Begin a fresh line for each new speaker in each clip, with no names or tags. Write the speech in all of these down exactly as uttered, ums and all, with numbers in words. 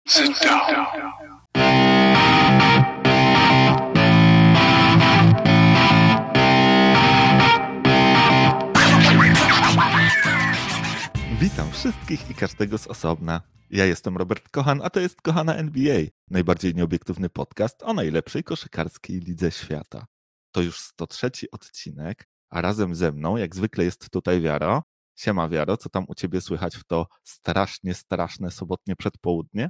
Sit down.
Witam wszystkich i każdego z osobna. Ja jestem Robert Kochan, a to jest Kochana N B A, najbardziej nieobiektywny podcast o najlepszej koszykarskiej lidze świata. To już sto trzeci odcinek, a razem ze mną, jak zwykle, jest tutaj Wiaro. Siema Wiaro, co tam u ciebie słychać w to strasznie, straszne sobotnie przedpołudnie?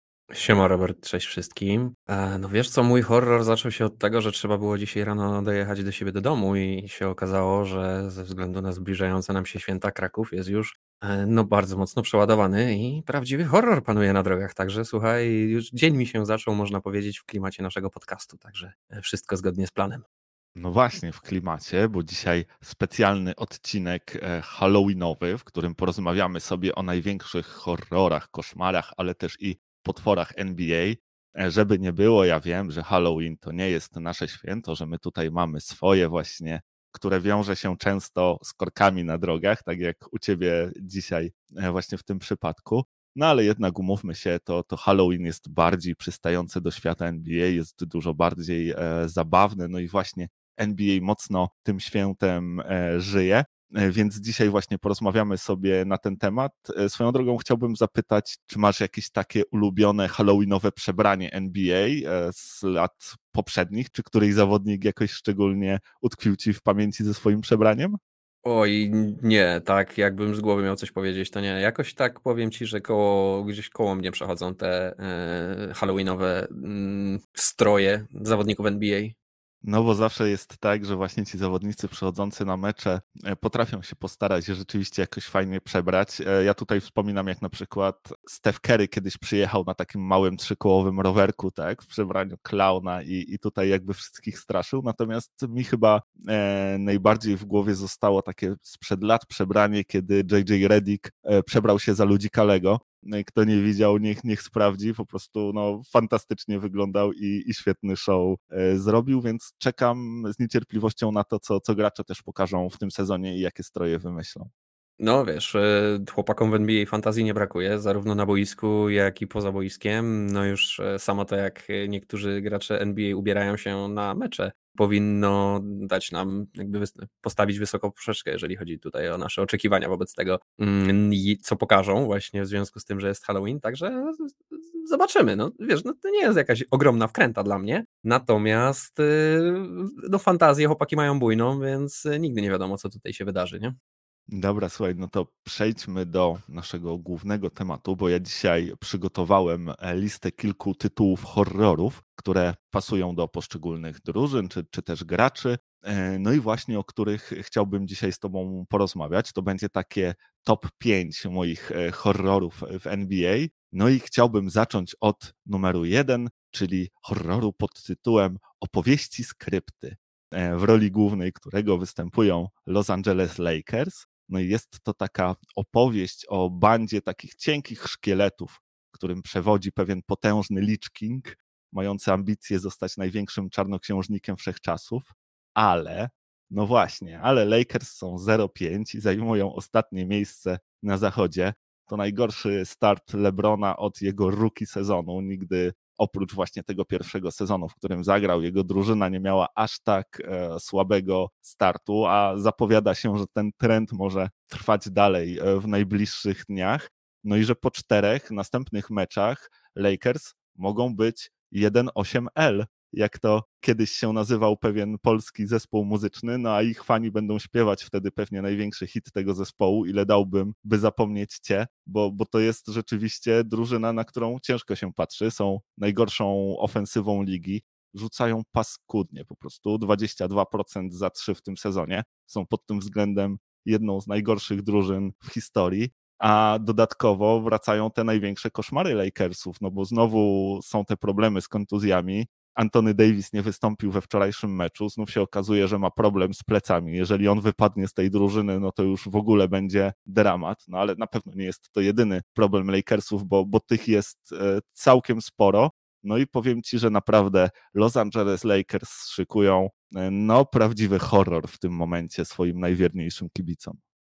Siema Robert, cześć wszystkim. E, no wiesz co, mój horror zaczął się od tego, że trzeba było dzisiaj rano dojechać do siebie do domu i się okazało, że ze względu na zbliżające nam się święta Kraków jest już e, no bardzo mocno przeładowany i prawdziwy horror panuje na drogach, także słuchaj, już dzień mi się zaczął, można powiedzieć, w klimacie naszego podcastu, także e, wszystko zgodnie z planem.
No właśnie, w klimacie, bo dzisiaj specjalny odcinek e, halloweenowy, w którym porozmawiamy sobie o największych horrorach, koszmarach, ale też i potworach N B A. E, Żeby nie było, ja wiem, że Halloween to nie jest nasze święto, że my tutaj mamy swoje właśnie, które wiąże się często z korkami na drogach, tak jak u ciebie dzisiaj e, właśnie w tym przypadku. No ale jednak umówmy się, to, to Halloween jest bardziej przystający do świata N B A, jest dużo bardziej e, zabawny, no i właśnie N B A mocno tym świętem e, żyje, e, więc dzisiaj właśnie porozmawiamy sobie na ten temat. E, swoją drogą chciałbym zapytać, czy masz jakieś takie ulubione halloweenowe przebranie N B A e, z lat poprzednich, czy któryś zawodnik jakoś szczególnie utkwił ci w pamięci ze swoim przebraniem?
Oj, nie, tak jakbym z głowy miał coś powiedzieć, to nie. Jakoś tak powiem ci, że koło, gdzieś koło mnie przechodzą te e, halloweenowe mm, stroje zawodników N B A.
No bo zawsze jest tak, że właśnie ci zawodnicy przychodzący na mecze e, potrafią się postarać się rzeczywiście jakoś fajnie przebrać. E, Ja tutaj wspominam, jak na przykład Steph Curry kiedyś przyjechał na takim małym trzykołowym rowerku, tak, w przebraniu klauna i, i tutaj jakby wszystkich straszył. Natomiast mi chyba e, najbardziej w głowie zostało takie sprzed lat przebranie, kiedy J J Redick e, przebrał się za Ludzi Kalego. Kto nie widział, niech, niech sprawdzi, po prostu no, fantastycznie wyglądał i, i świetny show e, zrobił, więc czekam z niecierpliwością na to, co, co gracze też pokażą w tym sezonie i jakie stroje wymyślą.
No wiesz, e, chłopakom w N B A fantazji nie brakuje, zarówno na boisku, jak i poza boiskiem. No już e, samo to, jak e, niektórzy gracze N B A ubierają się na mecze, powinno dać nam jakby wys- postawić wysoko poprzeczkę, jeżeli chodzi tutaj o nasze oczekiwania wobec tego, mm, i co pokażą właśnie w związku z tym, że jest Halloween, także z- z- zobaczymy. No wiesz, no to nie jest jakaś ogromna wkręta dla mnie, natomiast e, no fantazję chłopaki mają bujną, więc e, nigdy nie wiadomo, co tutaj się wydarzy, nie?
Dobra, słuchaj, no to przejdźmy do naszego głównego tematu, bo ja dzisiaj przygotowałem e, listę kilku tytułów horrorów, które pasują do poszczególnych drużyn czy, czy też graczy. E, No i właśnie o których chciałbym dzisiaj z tobą porozmawiać. To będzie takie top pięć moich e, horrorów w N B A. No i chciałbym zacząć od numeru jeden, czyli horroru pod tytułem Opowieści skrypty, e, w roli głównej którego występują Los Angeles Lakers. No i jest to taka opowieść o bandzie takich cienkich szkieletów, którym przewodzi pewien potężny Lich King, mający ambicje zostać największym czarnoksiężnikiem wszechczasów, ale, no właśnie, ale Lakers są zero pięć i zajmują ostatnie miejsce na zachodzie. To najgorszy start LeBrona od jego rookie sezonu. Nigdy oprócz właśnie tego pierwszego sezonu, w którym zagrał, jego drużyna nie miała aż tak e, słabego startu, a zapowiada się, że ten trend może trwać dalej e, w najbliższych dniach. No i że po czterech następnych meczach Lakers mogą być jeden osiem L, jak to kiedyś się nazywał pewien polski zespół muzyczny, no a ich fani będą śpiewać wtedy pewnie największy hit tego zespołu, ile dałbym, by zapomnieć cię, bo, bo to jest rzeczywiście drużyna, na którą ciężko się patrzy, są najgorszą ofensywą ligi, rzucają paskudnie, po prostu dwadzieścia dwa procent za trzy w tym sezonie, są pod tym względem jedną z najgorszych drużyn w historii, a dodatkowo wracają te największe koszmary Lakersów, no bo znowu są te problemy z kontuzjami. Anthony Davis nie wystąpił we wczorajszym meczu, znów się okazuje, że ma problem z plecami. Jeżeli on wypadnie z tej drużyny, no to już w ogóle będzie dramat, no ale na pewno nie jest to jedyny problem Lakersów, bo, bo tych jest e, całkiem sporo. No i powiem ci, że naprawdę Los Angeles Lakers szykują e, no prawdziwy horror w tym momencie swoim najwierniejszym kibicom.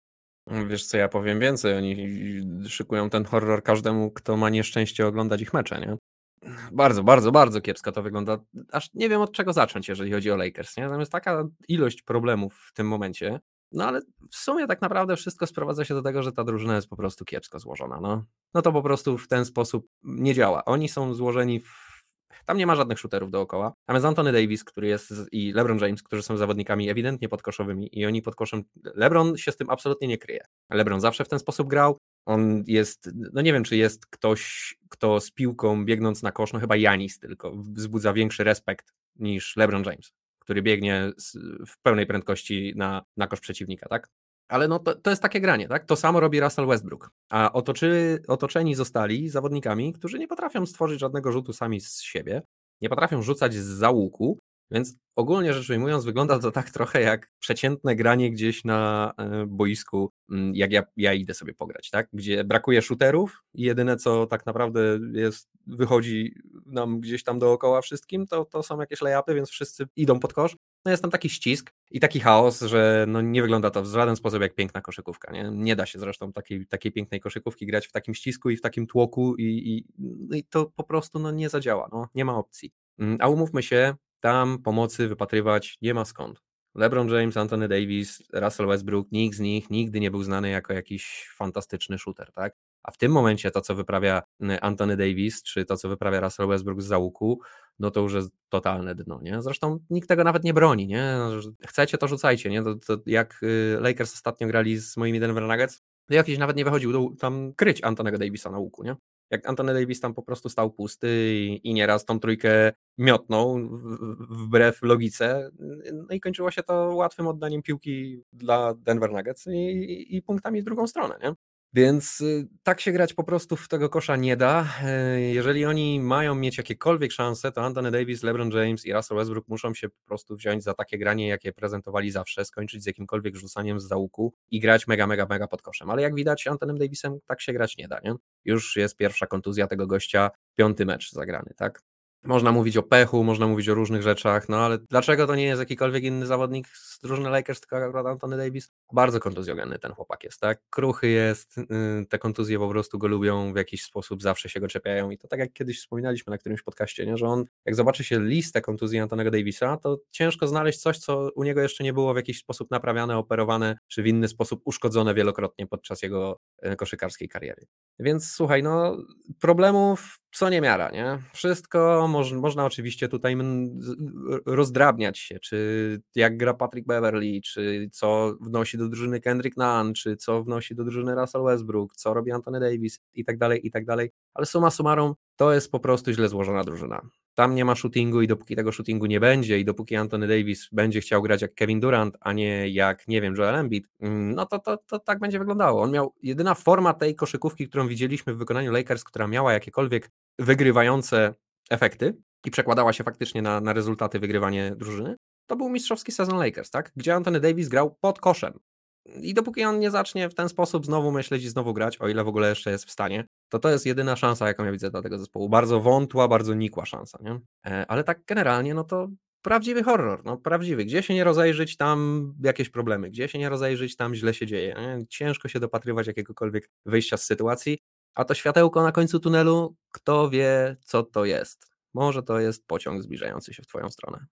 Wiesz co, ja powiem więcej, oni szykują ten horror każdemu, kto ma nieszczęście oglądać ich mecze, nie? Bardzo, bardzo, bardzo kiepsko to wygląda. Aż nie wiem od czego zacząć, jeżeli chodzi o Lakers, nie? Tam jest taka ilość problemów w tym momencie, no ale w sumie tak naprawdę wszystko sprowadza się do tego, że ta drużyna jest po prostu kiepsko złożona, no. No to po prostu w ten sposób nie działa. Oni są złożeni w... Tam nie ma żadnych shooterów dookoła. Tam jest Anthony Davis, który jest z- i LeBron James, którzy są zawodnikami ewidentnie podkoszowymi i oni pod koszem... LeBron się z tym absolutnie nie kryje. LeBron zawsze w ten sposób grał. On jest, no nie wiem, czy jest ktoś, kto z piłką biegnąc na kosz, no chyba Janis tylko, wzbudza większy respekt niż LeBron James, który biegnie z, w pełnej prędkości na, na kosz przeciwnika, tak? Ale no to, to jest takie granie, tak? To samo robi Russell Westbrook, a otoczy, otoczeni zostali zawodnikami, którzy nie potrafią stworzyć żadnego rzutu sami z siebie, nie potrafią rzucać z załuku, więc ogólnie rzecz ujmując wygląda to tak trochę jak przeciętne granie gdzieś na e, boisku, mm, jak ja, ja idę sobie pograć, tak? Gdzie brakuje shooterów i jedyne co tak naprawdę jest, wychodzi nam gdzieś tam dookoła wszystkim, to, to są jakieś layupy, więc wszyscy idą pod kosz. No jest tam taki ścisk i taki chaos, że no nie wygląda to w żaden sposób jak piękna koszykówka. Nie, nie da się zresztą takiej, takiej pięknej koszykówki grać w takim ścisku i w takim tłoku i, i, no i to po prostu no, nie zadziała. No, nie ma opcji. Mm, A umówmy się, tam pomocy wypatrywać nie ma skąd. LeBron James, Anthony Davis, Russell Westbrook, nikt z nich nigdy nie był znany jako jakiś fantastyczny shooter, tak? A w tym momencie to, co wyprawia mm, Anthony Davis, czy to, co wyprawia Russell Westbrook z załuku, no to już jest totalne dno, nie? Zresztą nikt tego nawet nie broni, nie? No, że chcecie, to rzucajcie, nie? To, to jak y, Lakers ostatnio grali z moimi Denver Nuggets, to jakiś nawet nie wychodził do, tam kryć Antonego Davisa na łuku, nie? Jak Anthony Davis tam po prostu stał pusty i, i nieraz tą trójkę miotnął w- w- wbrew logice, no i kończyło się to łatwym oddaniem piłki dla Denver Nuggets i, i, i punktami w drugą stronę, nie? Więc y, tak się grać po prostu w tego kosza nie da. E, Jeżeli oni mają mieć jakiekolwiek szanse, to Anthony Davis, LeBron James i Russell Westbrook muszą się po prostu wziąć za takie granie, jakie prezentowali zawsze, skończyć z jakimkolwiek rzucaniem z załuku i grać mega, mega, mega pod koszem. Ale jak widać, Antonem Davisem tak się grać nie da, nie? Już jest pierwsza kontuzja tego gościa, piąty mecz zagrany, tak? Można mówić o pechu, można mówić o różnych rzeczach, no ale dlaczego to nie jest jakikolwiek inny zawodnik z drużyny Lakers, tylko akurat Anthony Davis? Bardzo kontuzjogenny ten chłopak jest, tak? Kruchy jest, yy, te kontuzje po prostu go lubią w jakiś sposób, zawsze się go czepiają i to tak jak kiedyś wspominaliśmy na którymś podcaście, nie? Że on, jak zobaczy się listę kontuzji Antonego Davisa, to ciężko znaleźć coś, co u niego jeszcze nie było w jakiś sposób naprawiane, operowane, czy w inny sposób uszkodzone wielokrotnie podczas jego yy, koszykarskiej kariery. Więc słuchaj, no problemów co niemiara, nie? Wszystko moż, można oczywiście tutaj m- z- rozdrabniać się, czy jak gra Patrick Beverley, czy co wnosi do drużyny Kendrick Nunn, czy co wnosi do drużyny Russell Westbrook, co robi Anthony Davis i tak dalej, i tak dalej, ale summa summarum to jest po prostu źle złożona drużyna. Tam nie ma shootingu i dopóki tego shootingu nie będzie i dopóki Anthony Davis będzie chciał grać jak Kevin Durant, a nie jak, nie wiem, Joel Embiid, mm, no to, to, to tak będzie wyglądało. On miał, jedyna forma tej koszykówki, którą widzieliśmy w wykonaniu Lakers, która miała jakiekolwiek wygrywające efekty i przekładała się faktycznie na, na rezultaty wygrywanie drużyny, to był mistrzowski sezon Lakers, tak? Gdzie Anthony Davis grał pod koszem. I dopóki on nie zacznie w ten sposób znowu myśleć i znowu grać, o ile w ogóle jeszcze jest w stanie, to to jest jedyna szansa, jaką ja widzę dla tego zespołu. Bardzo wątła, bardzo nikła szansa, nie? E, Ale tak generalnie, no to prawdziwy horror, no prawdziwy. Gdzie się nie rozejrzeć, tam jakieś problemy. Gdzie się nie rozejrzeć, tam źle się dzieje. Nie? Ciężko się dopatrywać jakiegokolwiek wyjścia z sytuacji, a to światełko na końcu tunelu, kto wie, co to jest. Może to jest pociąg zbliżający się w twoją stronę.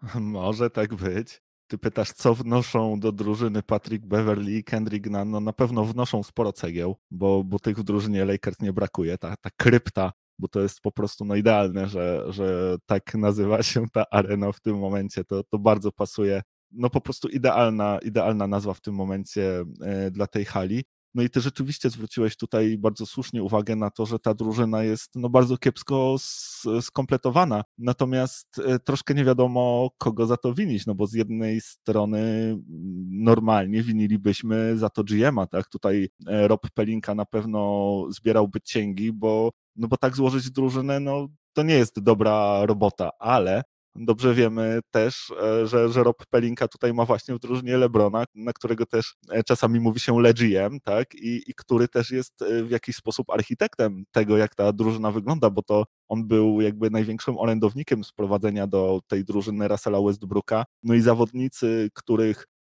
Może tak być. Ty pytasz, co wnoszą do drużyny Patrick Beverley i Kendrick Nunn? No na pewno wnoszą sporo cegieł, bo, bo tych w drużynie Lakers nie brakuje. Ta, ta krypta, bo to jest po prostu no idealne, że, że tak nazywa się ta arena w tym momencie. To, to bardzo pasuje. No po prostu idealna, idealna nazwa w tym momencie e, dla tej hali. No i ty rzeczywiście zwróciłeś tutaj bardzo słusznie uwagę na to, że ta drużyna jest no bardzo kiepsko s- skompletowana. Natomiast e, troszkę nie wiadomo, kogo za to winić, no bo z jednej strony mm, normalnie winilibyśmy za to G M a, tak? Tutaj e, Rob Pelinka na pewno zbierałby cięgi, bo, no bo tak złożyć drużynę, no to nie jest dobra robota, ale dobrze wiemy też, e, że, że Rob Pelinka tutaj ma właśnie w drużynie LeBrona, na którego też e, czasami mówi się Le G M, tak? I, i który też jest e, w jakiś sposób architektem tego, jak ta drużyna wygląda, bo to on był jakby największym orędownikiem sprowadzenia do tej drużyny Russella Westbrooka. No i zawodnicy, których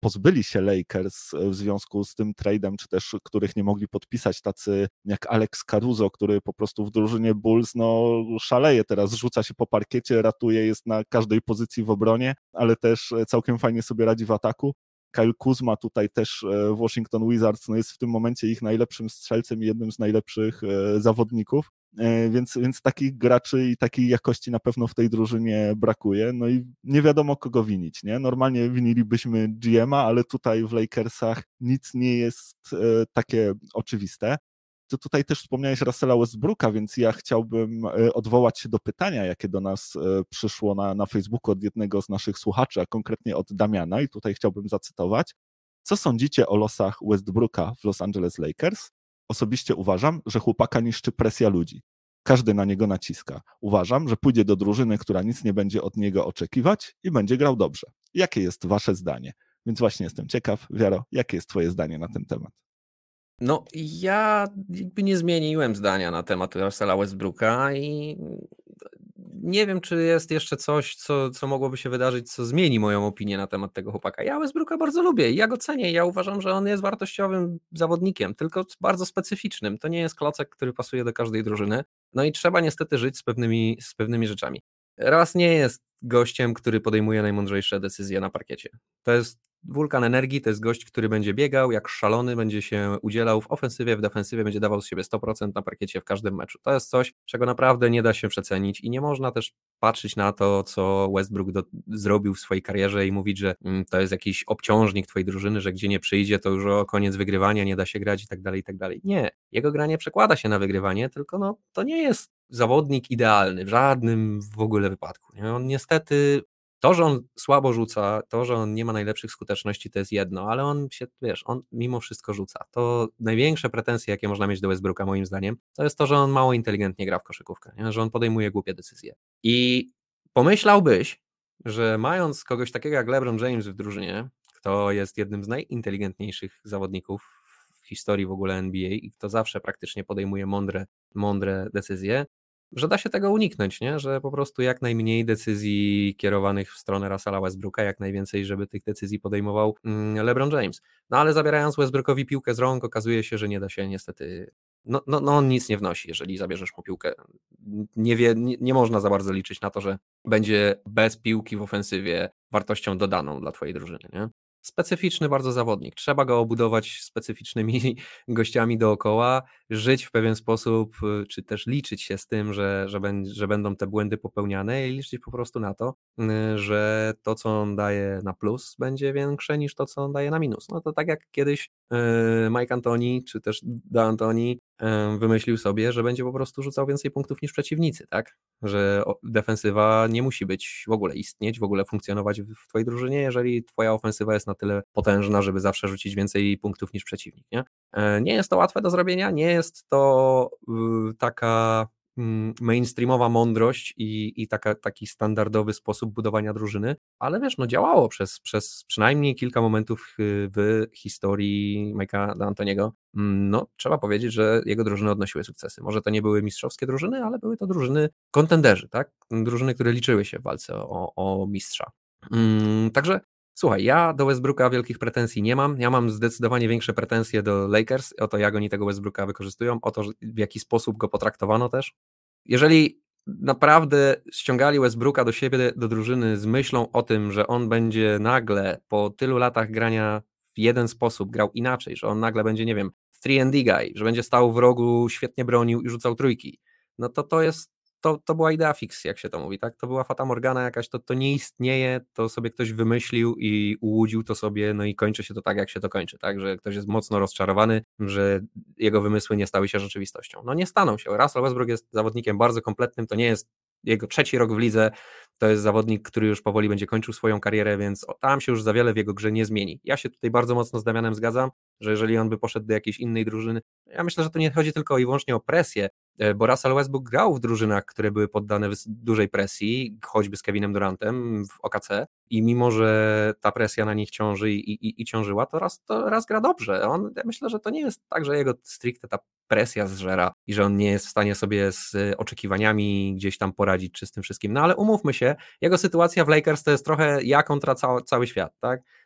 pozbyli się Lakers w związku z tym trade'em, czy też których nie mogli podpisać, tacy jak Alex Caruso, który po prostu w drużynie Bulls no, szaleje teraz, rzuca się po parkiecie, ratuje, jest na każdej pozycji w obronie, ale też całkiem fajnie sobie radzi w ataku. Kyle Kuzma tutaj też w Washington Wizards no jest w tym momencie ich najlepszym strzelcem i jednym z najlepszych zawodników, więc, więc takich graczy i takiej jakości na pewno w tej drużynie brakuje, no i nie wiadomo kogo winić, nie? Normalnie winilibyśmy G M a, ale tutaj w Lakersach nic nie jest takie oczywiste. Ty tutaj też wspomniałeś Russella Westbrooka, więc ja chciałbym odwołać się do pytania, jakie do nas przyszło na, na Facebooku od jednego z naszych słuchaczy, a konkretnie od Damiana, i tutaj chciałbym zacytować. Co sądzicie o losach Westbrooka w Los Angeles Lakers? Osobiście uważam, że chłopaka niszczy presja ludzi. Każdy na niego naciska. Uważam, że pójdzie do drużyny, która nic nie będzie od niego oczekiwać i będzie grał dobrze. Jakie jest wasze zdanie? Więc właśnie jestem ciekaw, Wiaro, jakie jest twoje zdanie na ten temat?
No, ja jakby nie zmieniłem zdania na temat Russella Westbrooka i nie wiem, czy jest jeszcze coś, co, co mogłoby się wydarzyć, co zmieni moją opinię na temat tego chłopaka. Ja Westbrooka bardzo lubię i ja go cenię. Ja uważam, że on jest wartościowym zawodnikiem, tylko bardzo specyficznym. To nie jest klocek, który pasuje do każdej drużyny. No i trzeba niestety żyć z pewnymi, z pewnymi rzeczami. Raz nie jest gościem, który podejmuje najmądrzejsze decyzje na parkiecie. To jest wulkan energii, to jest gość, który będzie biegał jak szalony, będzie się udzielał w ofensywie, w defensywie, będzie dawał z siebie sto procent na parkiecie w każdym meczu. To jest coś, czego naprawdę nie da się przecenić i nie można też patrzeć na to, co Westbrook do, zrobił w swojej karierze i mówić, że mm, to jest jakiś obciążnik twojej drużyny, że gdzie nie przyjdzie, to już o koniec wygrywania, nie da się grać i tak dalej, i tak dalej. Nie, jego gra nie przekłada się na wygrywanie, tylko no, to nie jest zawodnik idealny w żadnym w ogóle wypadku. Nie? On niestety, to, że on słabo rzuca, to, że on nie ma najlepszych skuteczności, to jest jedno, ale on się, wiesz, on mimo wszystko rzuca. To największe pretensje, jakie można mieć do Westbrooka moim zdaniem, to jest to, że on mało inteligentnie gra w koszykówkę, nie? Że on podejmuje głupie decyzje. I pomyślałbyś, że mając kogoś takiego jak LeBron James w drużynie, kto jest jednym z najinteligentniejszych zawodników w historii w ogóle N B A i kto zawsze praktycznie podejmuje mądre, mądre decyzje, że da się tego uniknąć, nie? Że po prostu jak najmniej decyzji kierowanych w stronę Russella Westbrooka, jak najwięcej, żeby tych decyzji podejmował LeBron James. No ale zabierając Westbrookowi piłkę z rąk, okazuje się, że nie da się niestety, no, no, no on nic nie wnosi, jeżeli zabierzesz mu piłkę. Nie, wie, nie, nie można za bardzo liczyć na to, że będzie bez piłki w ofensywie wartością dodaną dla twojej drużyny, nie? Specyficzny bardzo zawodnik, trzeba go obudować specyficznymi gościami dookoła, żyć w pewien sposób, czy też liczyć się z tym, że, że, ben, że będą te błędy popełniane i liczyć po prostu na to, że to, co on daje na plus, będzie większe niż to, co on daje na minus. No to tak jak kiedyś Mike Antoni, czy też D'Antoni wymyślił sobie, że będzie po prostu rzucał więcej punktów niż przeciwnicy, tak? Że defensywa nie musi być w ogóle istnieć, w ogóle funkcjonować w twojej drużynie, jeżeli twoja ofensywa jest na tyle potężna, żeby zawsze rzucić więcej punktów niż przeciwnik, nie? Nie jest to łatwe do zrobienia, nie jest to taka mainstreamowa mądrość i, i taka, taki standardowy sposób budowania drużyny, ale wiesz, no działało przez, przez przynajmniej kilka momentów w historii Mike'a D'Antoniego. No, trzeba powiedzieć, że jego drużyny odnosiły sukcesy. Może to nie były mistrzowskie drużyny, ale były to drużyny kontenderzy, tak? Drużyny, które liczyły się w walce o, o mistrza. Hmm, także słuchaj, ja do Westbrooka wielkich pretensji nie mam, ja mam zdecydowanie większe pretensje do Lakers, o to jak oni tego Westbrooka wykorzystują, o to w jaki sposób go potraktowano też. Jeżeli naprawdę ściągali Westbrooka do siebie, do drużyny z myślą o tym, że on będzie nagle po tylu latach grania w jeden sposób grał inaczej, że on nagle będzie, nie wiem, three and D guy, że będzie stał w rogu, świetnie bronił i rzucał trójki, no to to jest To, to była idea fix, jak się to mówi, tak? To była fata morgana jakaś, to, to nie istnieje, to sobie ktoś wymyślił i ułudził to sobie, no i kończy się to tak, jak się to kończy, tak? Że ktoś jest mocno rozczarowany, że jego wymysły nie stały się rzeczywistością. No nie staną się. Russell Westbrook jest zawodnikiem bardzo kompletnym, to nie jest jego trzeci rok w lidze, to jest zawodnik, który już powoli będzie kończył swoją karierę, więc tam się już za wiele w jego grze nie zmieni. Ja się tutaj bardzo mocno z Damianem zgadzam, że jeżeli on by poszedł do jakiejś innej drużyny, ja myślę, że to nie chodzi tylko i wyłącznie o presję, bo Russell Westbrook grał w drużynach, które były poddane dużej presji, choćby z Kevinem Durantem w O K C i mimo, że ta presja na nich ciąży i, i, i ciążyła, to raz, to raz gra dobrze. On, ja myślę, że to nie jest tak, że jego stricte ta presja zżera i że on nie jest w stanie sobie z oczekiwaniami gdzieś tam poradzić czy z tym wszystkim, no ale umówmy się, jego sytuacja w Lakers to jest trochę ja kontra cały, cały świat, tak?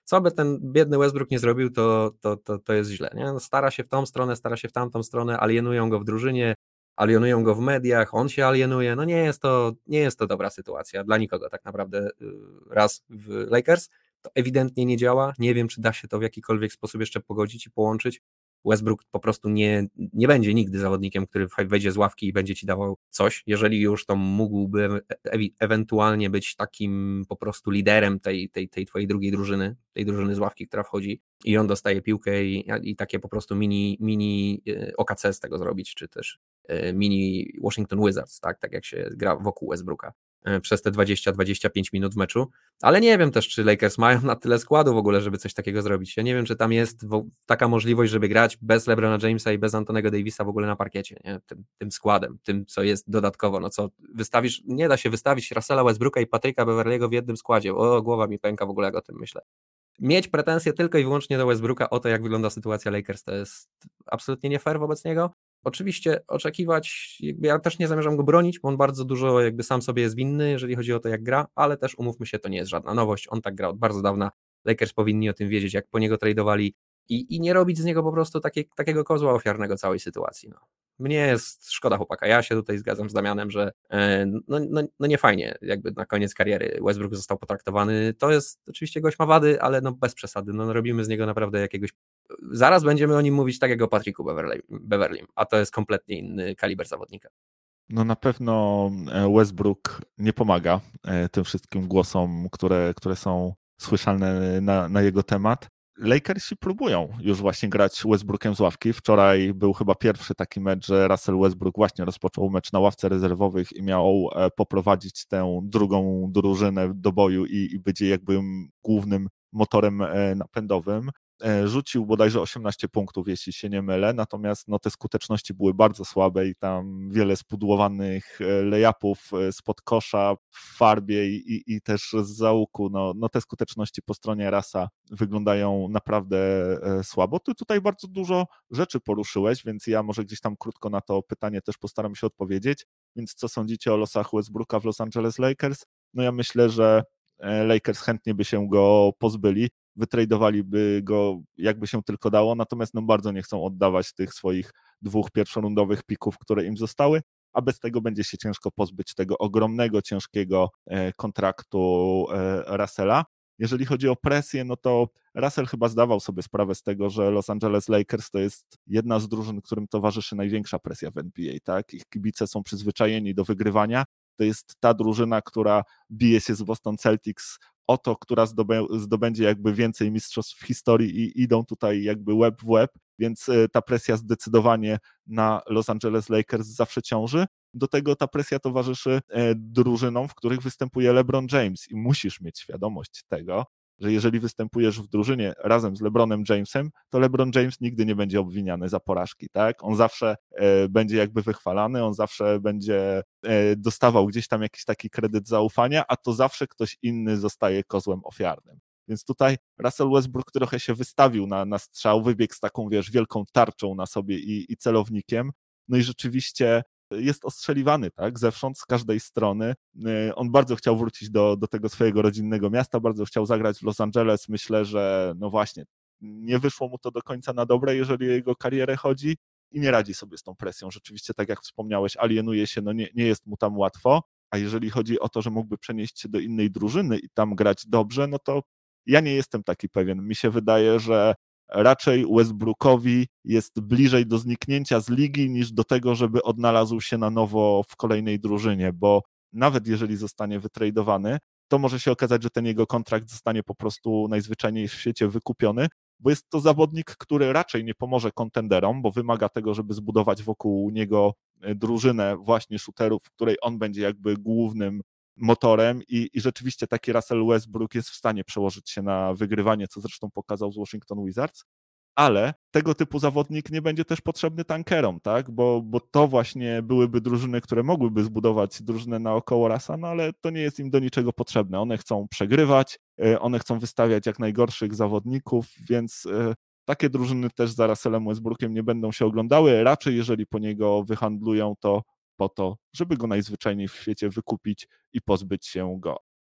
co by ten biedny Westbrook nie zrobił, to, to, to, to jest źle. Nie? Stara się w tą stronę, stara się w tamtą stronę, alienują go w drużynie, alienują go w mediach, on się alienuje, no nie jest to, nie jest to dobra sytuacja dla nikogo tak naprawdę. Raz w Lakers to ewidentnie nie działa, nie wiem, czy da się to w jakikolwiek sposób jeszcze pogodzić i połączyć. Westbrook po prostu nie, nie będzie nigdy zawodnikiem, który wejdzie z ławki i będzie ci dawał coś. Jeżeli już, to mógłby e- ewentualnie być takim po prostu liderem tej, tej, tej twojej drugiej drużyny, tej drużyny z ławki, która wchodzi i on dostaje piłkę i, i takie po prostu mini, mini O K C z tego zrobić, czy też mini Washington Wizards, tak, tak jak się gra wokół Westbrooka przez te dwadzieścia dwadzieścia pięć minut w meczu, ale nie wiem też, czy Lakers mają na tyle składu w ogóle, żeby coś takiego zrobić. Ja nie wiem, czy tam jest taka możliwość, żeby grać bez LeBrona Jamesa i bez Antonego Davisa w ogóle na parkiecie, nie? Tym, tym składem, tym, co jest dodatkowo, no co wystawisz, nie da się wystawić Russella Westbrooka i Patryka Beverley'ego w jednym składzie, o, głowa mi pęka w ogóle, jak o tym myślę. Mieć pretensje tylko i wyłącznie do Westbrooka o to, jak wygląda sytuacja Lakers, to jest absolutnie nie fair wobec niego. Oczywiście oczekiwać, jakby ja też nie zamierzam go bronić, bo on bardzo dużo jakby sam sobie jest winny, jeżeli chodzi o to, jak gra, ale też umówmy się, to nie jest żadna nowość, on tak gra od bardzo dawna, Lakers powinni o tym wiedzieć, jak po niego tradowali i, i nie robić z niego po prostu takie, takiego kozła ofiarnego całej sytuacji. No. Mnie jest szkoda chłopaka, ja się tutaj zgadzam z Damianem, że no, no, no nie fajnie, jakby na koniec kariery Westbrook został potraktowany, to jest oczywiście gość ma wady, ale no bez przesady, no robimy z niego naprawdę jakiegoś, zaraz będziemy o nim mówić tak jak o Patricku Beverleym, a to jest kompletnie inny kaliber zawodnika.
No na pewno Westbrook nie pomaga tym wszystkim głosom, które, które są słyszalne na, na jego temat. Lakersi próbują już właśnie grać Westbrookiem z ławki. Wczoraj był chyba pierwszy taki mecz, że Russell Westbrook właśnie rozpoczął mecz na ławce rezerwowych i miał poprowadzić tę drugą drużynę do boju i, i być jakby głównym motorem napędowym. Rzucił bodajże osiemnaście punktów, jeśli się nie mylę, natomiast no, te skuteczności były bardzo słabe i tam wiele spudłowanych layupów spod kosza w farbie i, i też z załuku, no, no te skuteczności po stronie Rasa wyglądają naprawdę słabo. Ty tutaj bardzo dużo rzeczy poruszyłeś, więc ja może gdzieś tam krótko na to pytanie też postaram się odpowiedzieć. Więc co sądzicie o losach Westbrooka w Los Angeles Lakers? No ja myślę, że Lakers chętnie by się go pozbyli, wytradowaliby go jakby się tylko dało, natomiast no bardzo nie chcą oddawać tych swoich dwóch pierwszorundowych pików, które im zostały, a bez tego będzie się ciężko pozbyć tego ogromnego, ciężkiego kontraktu Russella. Jeżeli chodzi o presję, no to Russell chyba zdawał sobie sprawę z tego, że Los Angeles Lakers to jest jedna z drużyn, którym towarzyszy największa presja w N B A, tak? Ich kibice są przyzwyczajeni do wygrywania. To jest ta drużyna, która bije się z Boston Celtics o to, która zdobę, zdobędzie jakby więcej mistrzostw w historii i idą tutaj jakby łeb w łeb, więc ta presja zdecydowanie na Los Angeles Lakers zawsze ciąży. Do tego ta presja towarzyszy drużynom, w których występuje LeBron James i musisz mieć świadomość tego, że jeżeli występujesz w drużynie razem z LeBronem Jamesem, to LeBron James nigdy nie będzie obwiniany za porażki, tak? On zawsze e, będzie jakby wychwalany, on zawsze będzie e, dostawał gdzieś tam jakiś taki kredyt zaufania, a to zawsze ktoś inny zostaje kozłem ofiarnym. Więc tutaj Russell Westbrook trochę się wystawił na, na strzał, wybiegł z taką, wiesz, wielką tarczą na sobie i, i celownikiem, no i rzeczywiście jest ostrzeliwany, tak, zewsząd, z każdej strony. On bardzo chciał wrócić do, do tego swojego rodzinnego miasta, bardzo chciał zagrać w Los Angeles. Myślę, że no właśnie, nie wyszło mu to do końca na dobre, jeżeli o jego karierę chodzi i nie radzi sobie z tą presją. Rzeczywiście, tak jak wspomniałeś, alienuje się, no nie, nie jest mu tam łatwo, a jeżeli chodzi o to, że mógłby przenieść się do innej drużyny i tam grać dobrze, no to ja nie jestem taki pewien. Mi się wydaje, że raczej Westbrookowi jest bliżej do zniknięcia z ligi niż do tego, żeby odnalazł się na nowo w kolejnej drużynie, bo nawet jeżeli zostanie wytradowany, to może się okazać, że ten jego kontrakt zostanie po prostu najzwyczajniej w świecie wykupiony, bo jest to zawodnik, który raczej nie pomoże kontenderom, bo wymaga tego, żeby zbudować wokół niego drużynę właśnie shooterów, w której on będzie jakby głównym motorem i, i rzeczywiście taki Russell Westbrook jest w stanie przełożyć się na wygrywanie, co zresztą pokazał z Washington Wizards, ale tego typu zawodnik nie będzie też potrzebny tankerom, tak? Bo, bo to właśnie byłyby drużyny, które mogłyby zbudować drużynę naokoło Russa, no ale to nie jest im do niczego potrzebne. One chcą przegrywać, one chcą wystawiać jak najgorszych zawodników, więc takie drużyny też za Russellem Westbrookiem nie będą się oglądały. Raczej jeżeli po niego wyhandlują, to po to, żeby go najzwyczajniej w świecie wykupić i pozbyć się go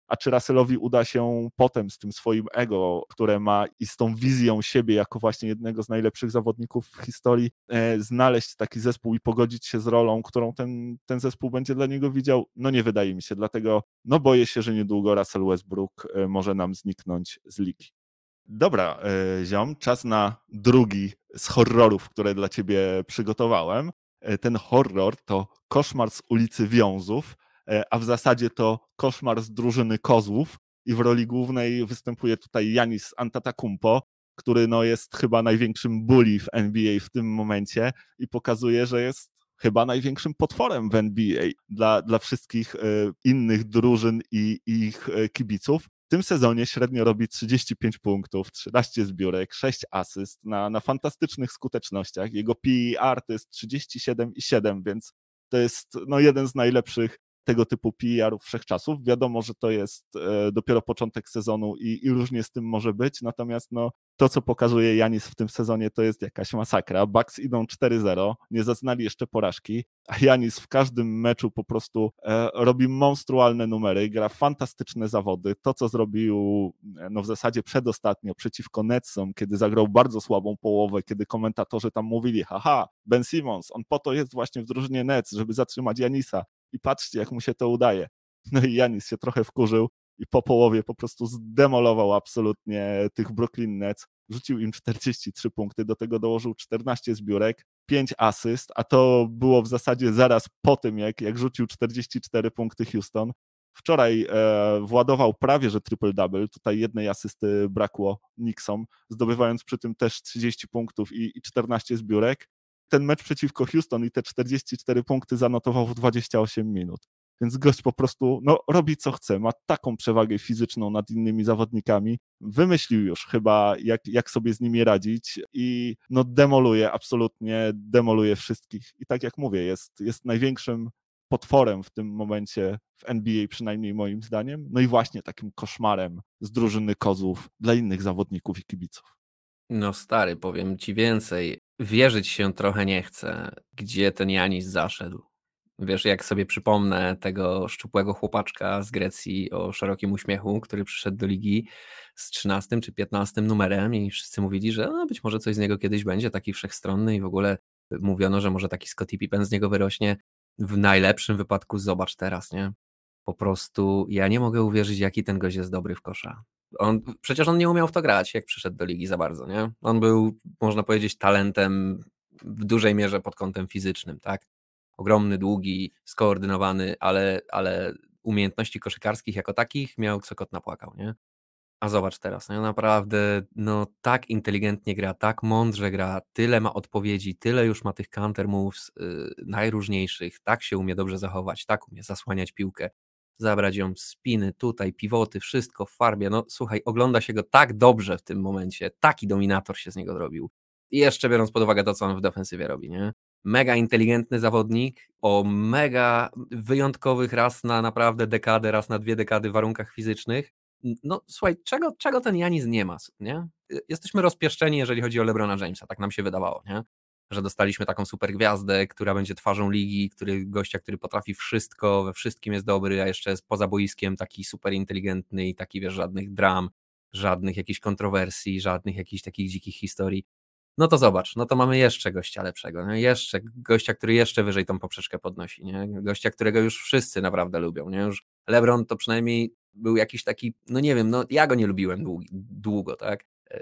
a czy Russellowi uda się potem z tym swoim ego, które ma i z tą wizją siebie jako właśnie jednego z najlepszych zawodników w historii, e, znaleźć taki zespół i pogodzić się z rolą, którą ten, ten zespół będzie dla niego widział? No nie wydaje mi się, dlatego no boję się, że niedługo Russell Westbrook e, może nam zniknąć z ligi. Dobra, e, ziom, czas na drugi z horrorów, które dla ciebie przygotowałem. E, ten horror to Koszmar z ulicy Wiązów, e, a w zasadzie to Koszmar z drużyny Kozłów i w roli głównej występuje tutaj Giannis Antetokounmpo, który no jest chyba największym bully w N B A w tym momencie i pokazuje, że jest chyba największym potworem w N B A dla, dla wszystkich e, innych drużyn i, i ich e, kibiców. W tym sezonie średnio robi trzydzieści pięć punktów, trzynaście zbiórek, sześć asyst na, na fantastycznych skutecznościach. Jego P E R to jest trzydzieści siedem i siedem, więc to jest no, jeden z najlepszych tego typu P E R-ów wszechczasów. Wiadomo, że to jest e, dopiero początek sezonu i, i różnie z tym może być, natomiast no, to, co pokazuje Giannis w tym sezonie, to jest jakaś masakra. Bucks idą cztery zero, nie zaznali jeszcze porażki, a Giannis w każdym meczu po prostu e, robi monstrualne numery, gra fantastyczne zawody. To, co zrobił no w zasadzie przedostatnio przeciwko Netsom, kiedy zagrał bardzo słabą połowę, kiedy komentatorzy tam mówili, haha, Ben Simmons, on po to jest właśnie w drużynie Nets, żeby zatrzymać Giannisa i patrzcie, jak mu się to udaje. No i Giannis się trochę wkurzył i po połowie po prostu zdemolował absolutnie tych Brooklyn Nets. Rzucił im czterdzieści trzy punkty, do tego dołożył czternaście zbiórek, pięć asyst, a to było w zasadzie zaraz po tym, jak, jak rzucił czterdzieści cztery punkty Houston. Wczoraj e, władował prawie, że triple-double, tutaj jednej asysty brakło Knicksom, zdobywając przy tym też trzydzieści punktów i, i czternaście zbiórek. Ten mecz przeciwko Houston i te czterdzieści cztery punkty zanotował w dwadzieścia osiem minut. Więc gość po prostu no, robi co chce, ma taką przewagę fizyczną nad innymi zawodnikami, wymyślił już chyba jak, jak sobie z nimi radzić i no, demoluje, absolutnie demoluje wszystkich. I tak jak mówię, jest, jest największym potworem w tym momencie w N B A, przynajmniej moim zdaniem, no i właśnie takim koszmarem z drużyny Kozłów dla innych zawodników i kibiców.
No stary, powiem ci więcej. Wierzyć się trochę nie chce, gdzie ten Giannis zaszedł. Wiesz, jak sobie przypomnę tego szczupłego chłopaczka z Grecji o szerokim uśmiechu, który przyszedł do ligi z trzynastym czy piętnastym numerem i wszyscy mówili, że no, być może coś z niego kiedyś będzie, taki wszechstronny i w ogóle mówiono, że może taki Scottie Pippen z niego wyrośnie. W najlepszym wypadku zobacz teraz, nie? Po prostu ja nie mogę uwierzyć, jaki ten gość jest dobry w kosza. On, przecież on nie umiał w to grać, jak przyszedł do ligi za bardzo, nie? On był, można powiedzieć, talentem w dużej mierze pod kątem fizycznym, tak? Ogromny, długi, skoordynowany, ale, ale umiejętności koszykarskich jako takich miał co kot napłakał, nie? A zobacz teraz, nie? Naprawdę no, tak inteligentnie gra, tak mądrze gra, tyle ma odpowiedzi, tyle już ma tych counter moves yy, najróżniejszych, tak się umie dobrze zachować, tak umie zasłaniać piłkę, zabrać ją spiny, tutaj pivoty, wszystko w farbie. No słuchaj, ogląda się go tak dobrze w tym momencie, taki dominator się z niego zrobił. I jeszcze biorąc pod uwagę to, co on w defensywie robi, nie? Mega inteligentny zawodnik o mega wyjątkowych raz na naprawdę dekadę, raz na dwie dekady warunkach fizycznych. No słuchaj, czego, czego ten Giannis nie ma, nie? Jesteśmy rozpieszczeni, jeżeli chodzi o LeBrona Jamesa, tak nam się wydawało, nie? Że dostaliśmy taką super gwiazdę, która będzie twarzą ligi, który gościa, który potrafi wszystko, we wszystkim jest dobry, a jeszcze jest poza boiskiem taki super inteligentny i taki, wiesz, żadnych dram, żadnych jakichś kontrowersji, żadnych jakichś takich dzikich historii. No to zobacz, no to mamy jeszcze gościa lepszego, nie? Jeszcze gościa, który jeszcze wyżej tą poprzeczkę podnosi, nie? Gościa, którego już wszyscy naprawdę lubią, nie? Już LeBron to przynajmniej był jakiś taki, no nie wiem, no ja go nie lubiłem długo, długo tak?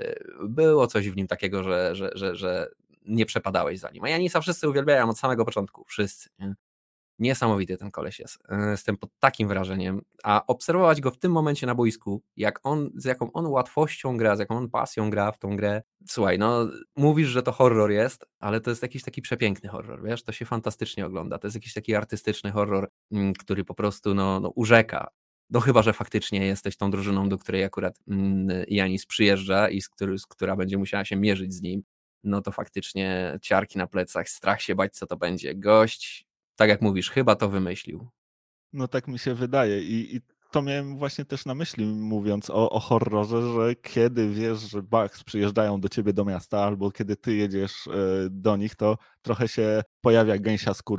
Było coś w nim takiego, że, że, że, że nie przepadałeś za nim. A Giannisa wszyscy uwielbiają od samego początku, wszyscy, nie? Niesamowity ten koleś jest. Jestem pod takim wrażeniem, a obserwować go w tym momencie na boisku, jak on, z jaką on łatwością gra, z jaką on pasją gra w tą grę. Słuchaj, no mówisz, że to horror jest, ale to jest jakiś taki przepiękny horror, wiesz, to się fantastycznie ogląda, to jest jakiś taki artystyczny horror, który po prostu no, no urzeka. No chyba, że faktycznie jesteś tą drużyną, do której akurat Giannis przyjeżdża i z, który, z która będzie musiała się mierzyć z nim, no to faktycznie ciarki na plecach, strach się bać, co to będzie. Gość, tak jak mówisz, chyba to wymyślił.
No tak mi się wydaje i, i to miałem właśnie też na myśli, mówiąc o, o horrorze, że kiedy wiesz, że Bucks przyjeżdżają do ciebie do miasta albo kiedy ty jedziesz do nich, to trochę się pojawia gęsia skórka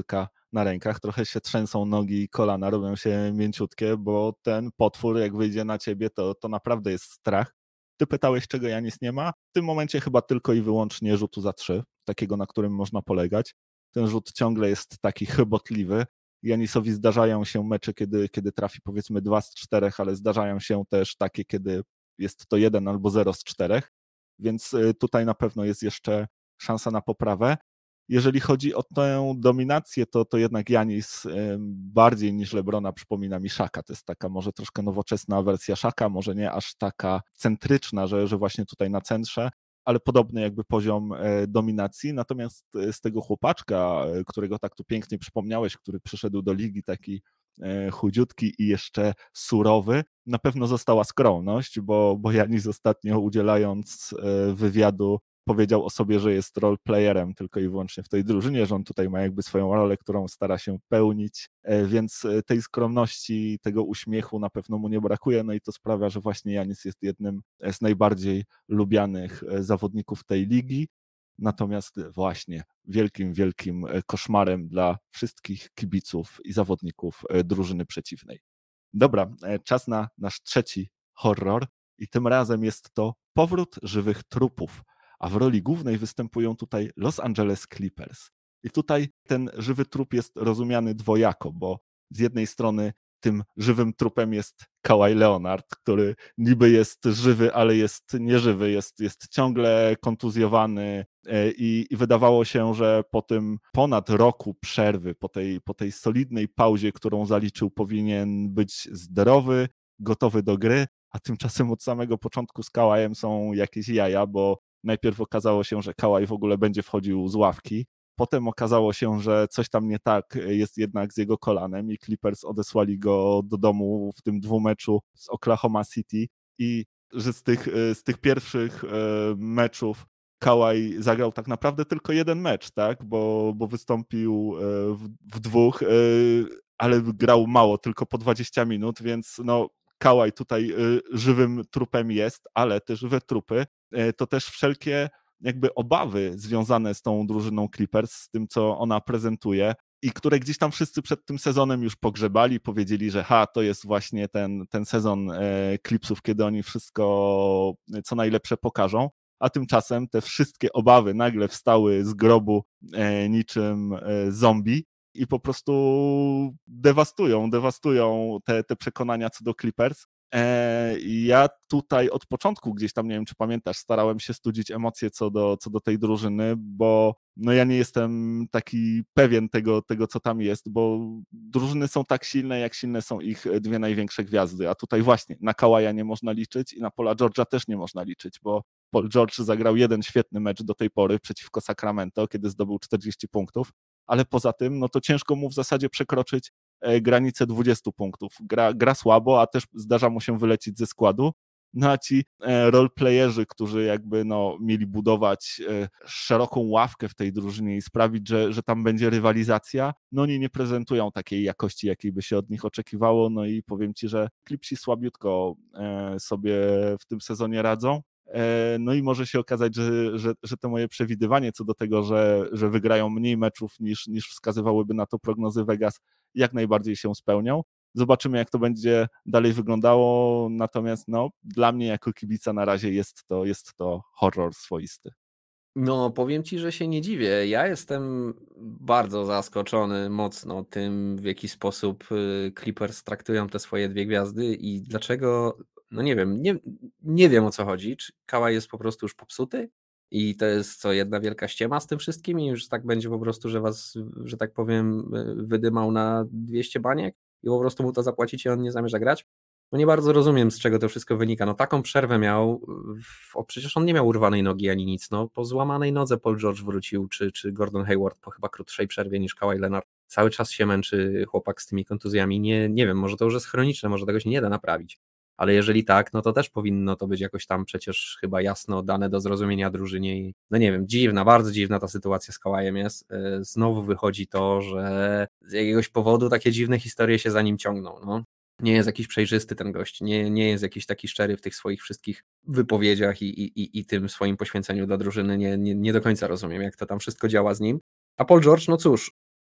na rękach, trochę się trzęsą nogi i kolana, robią się mięciutkie, bo ten potwór jak wyjdzie na ciebie, to, to naprawdę jest strach. Ty pytałeś, czego Janis nie ma? W tym momencie chyba tylko i wyłącznie rzutu za trzy, takiego, na którym można polegać. Ten rzut ciągle jest taki chybotliwy. Janisowi zdarzają się mecze, kiedy, kiedy trafi powiedzmy dwa z czterech, ale zdarzają się też takie, kiedy jest to jeden albo zero z czterech, więc tutaj na pewno jest jeszcze szansa na poprawę. Jeżeli chodzi o tę dominację, to, to jednak Janis bardziej niż LeBrona przypomina mi Shaka. To jest taka może troszkę nowoczesna wersja Shaka, może nie aż taka centryczna, że, że właśnie tutaj na centrze, ale podobny jakby poziom dominacji. Natomiast z tego chłopaczka, którego tak tu pięknie przypomniałeś, który przyszedł do ligi taki chudziutki i jeszcze surowy, na pewno została skromność, bo, bo Janis ostatnio udzielając wywiadu powiedział o sobie, że jest roleplayerem tylko i wyłącznie w tej drużynie, że on tutaj ma jakby swoją rolę, którą stara się pełnić, więc tej skromności, tego uśmiechu na pewno mu nie brakuje, no i to sprawia, że właśnie Janis jest jednym z najbardziej lubianych zawodników tej ligi. Natomiast właśnie wielkim, wielkim koszmarem dla wszystkich kibiców i zawodników drużyny przeciwnej. Dobra, czas na nasz trzeci horror i tym razem jest to powrót żywych trupów, a w roli głównej występują tutaj Los Angeles Clippers. I tutaj ten żywy trup jest rozumiany dwojako, bo z jednej strony tym żywym trupem jest Kawhi Leonard, który niby jest żywy, ale jest nieżywy, jest, jest ciągle kontuzjowany i, i wydawało się, że po tym ponad roku przerwy, po tej, po tej solidnej pauzie, którą zaliczył, powinien być zdrowy, gotowy do gry, a tymczasem od samego początku z Kawhi'em są jakieś jaja, bo najpierw okazało się, że Kawhi w ogóle będzie wchodził z ławki, potem okazało się, że coś tam nie tak jest jednak z jego kolanem i Clippers odesłali go do domu w tym dwumeczu z Oklahoma City i że z tych, z tych pierwszych meczów Kawhi zagrał tak naprawdę tylko jeden mecz, tak, bo, bo wystąpił w, w dwóch, ale grał mało, tylko po dwadzieścia minut, więc no Kawhi tutaj żywym trupem jest, ale te żywe trupy to też wszelkie jakby obawy związane z tą drużyną Clippers, z tym, co ona prezentuje i które gdzieś tam wszyscy przed tym sezonem już pogrzebali, powiedzieli, że ha, to jest właśnie ten, ten sezon Clipsów, kiedy oni wszystko co najlepsze pokażą, a tymczasem te wszystkie obawy nagle wstały z grobu niczym zombie i po prostu dewastują, dewastują te, te przekonania co do Clippers. Ja tutaj od początku gdzieś tam, nie wiem czy pamiętasz, starałem się studzić emocje co do, co do tej drużyny, bo no ja nie jestem taki pewien tego, tego, co tam jest, bo drużyny są tak silne, jak silne są ich dwie największe gwiazdy, a tutaj właśnie na Kawaja nie można liczyć i na Paula George'a też nie można liczyć, bo Paul George zagrał jeden świetny mecz do tej pory przeciwko Sacramento, kiedy zdobył czterdzieści punktów, ale poza tym, no to ciężko mu w zasadzie przekroczyć granicę dwudziestu punktów. Gra, gra słabo, a też zdarza mu się wylecieć ze składu. No a ci roleplayerzy, którzy jakby no, mieli budować szeroką ławkę w tej drużynie i sprawić, że, że tam będzie rywalizacja, no oni nie prezentują takiej jakości, jakiej by się od nich oczekiwało. No i powiem ci, że Clipsi słabiutko sobie w tym sezonie radzą. No i może się okazać, że, że, że to moje przewidywanie co do tego, że, że wygrają mniej meczów niż, niż wskazywałyby na to prognozy Vegas, jak najbardziej się spełnią. Zobaczymy, jak to będzie dalej wyglądało, natomiast no, dla mnie jako kibica na razie jest to, jest to horror swoisty.
No, powiem ci, że się nie dziwię. Ja jestem bardzo zaskoczony mocno tym, w jaki sposób Clippers traktują te swoje dwie gwiazdy i dlaczego, no nie wiem, nie, nie wiem o co chodzi. Czy Kawhi jest po prostu już popsuty i to jest co, jedna wielka ściema z tym wszystkim i już tak będzie po prostu, że was, że tak powiem, wydymał na dwieście baniek i po prostu mu to zapłacicie, on nie zamierza grać? No nie bardzo rozumiem, z czego to wszystko wynika. No taką przerwę miał, w, o, przecież on nie miał urwanej nogi ani nic, no po złamanej nodze Paul George wrócił, czy, czy Gordon Hayward po chyba krótszej przerwie niż Kawhi Leonard. Cały czas się męczy chłopak z tymi kontuzjami, nie, nie wiem, może to już jest chroniczne, może tego się nie da naprawić, ale jeżeli tak, no to też powinno to być jakoś tam przecież chyba jasno dane do zrozumienia drużynie i no nie wiem, dziwna, bardzo dziwna ta sytuacja z Kawhi'em jest. Znowu wychodzi to, że z jakiegoś powodu takie dziwne historie się za nim ciągną, no. Nie jest jakiś przejrzysty ten gość, nie, nie jest jakiś taki szczery w tych swoich wszystkich wypowiedziach i, i, i tym swoim poświęceniu dla drużyny. Nie, nie, nie do końca rozumiem, jak to tam wszystko działa z nim. A Paul George, no cóż,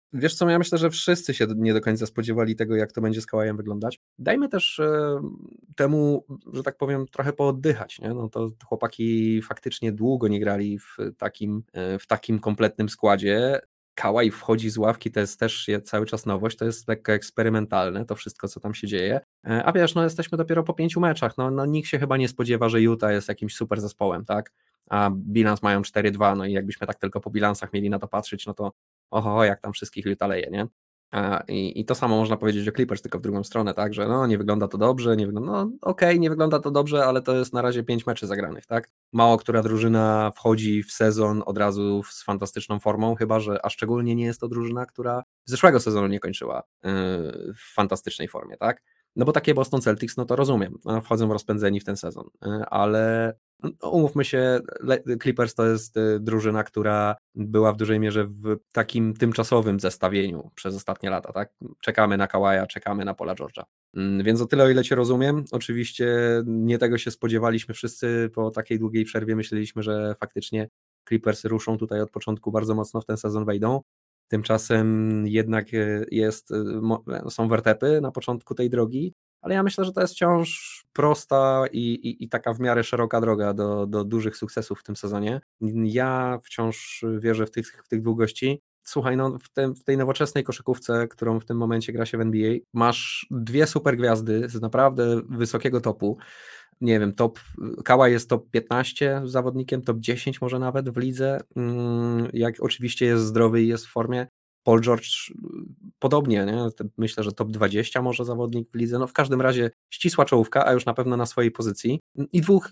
Wiesz co, ja myślę, że wszyscy się nie do końca spodziewali tego, jak to będzie z Kawajem wyglądać. Dajmy też e, temu, że tak powiem, trochę pooddychać, nie? No to chłopaki faktycznie długo nie grali w takim, e, w takim kompletnym składzie. Kawaj wchodzi z ławki, to jest też cały czas nowość, to jest lekko eksperymentalne, to wszystko, co tam się dzieje. E, a wiesz, no jesteśmy dopiero po pięciu meczach, no, no nikt się chyba nie spodziewa, że Utah jest jakimś super zespołem, tak? A bilans mają cztery dwa, no i jakbyśmy tak tylko po bilansach mieli na to patrzeć, no to oho, jak tam wszystkich Utah nie? I, I to samo można powiedzieć o Clippers, tylko w drugą stronę, tak, że no nie wygląda to dobrze, nie wygląda, no okej, okay, nie wygląda to dobrze, ale to jest na razie pięć meczy zagranych, tak? Mało która drużyna wchodzi w sezon od razu z fantastyczną formą, chyba że, a szczególnie nie jest to drużyna, która zeszłego sezonu nie kończyła yy, w fantastycznej formie, tak? No bo takie Boston Celtics, no to rozumiem, no, wchodzą rozpędzeni w ten sezon, yy, ale no, umówmy się, Clippers to jest drużyna, która była w dużej mierze w takim tymczasowym zestawieniu przez ostatnie lata, tak? Czekamy na Kawaja, czekamy na Paula George'a. Więc o tyle, o ile Cię rozumiem, oczywiście nie tego się spodziewaliśmy wszyscy po takiej długiej przerwie, myśleliśmy, że faktycznie Clippers ruszą tutaj od początku bardzo mocno w ten sezon wejdą. Tymczasem jednak jest, są wertepy na początku tej drogi, ale ja myślę, że to jest wciąż prosta i, i, i taka w miarę szeroka droga do, do dużych sukcesów w tym sezonie. Ja wciąż wierzę w tych, w tych długości. Słuchaj, no w, te, w tej nowoczesnej koszykówce, którą w tym momencie gra się w N B A, masz dwie super gwiazdy z naprawdę wysokiego topu. Nie wiem, top, Kawhi jest top piętnaście zawodnikiem, top dziesięć może nawet w lidze, jak oczywiście jest zdrowy i jest w formie. Paul George podobnie, nie? Myślę, że top dwadzieścia może zawodnik w lidze, no w każdym razie ścisła czołówka, a już na pewno na swojej pozycji i dwóch,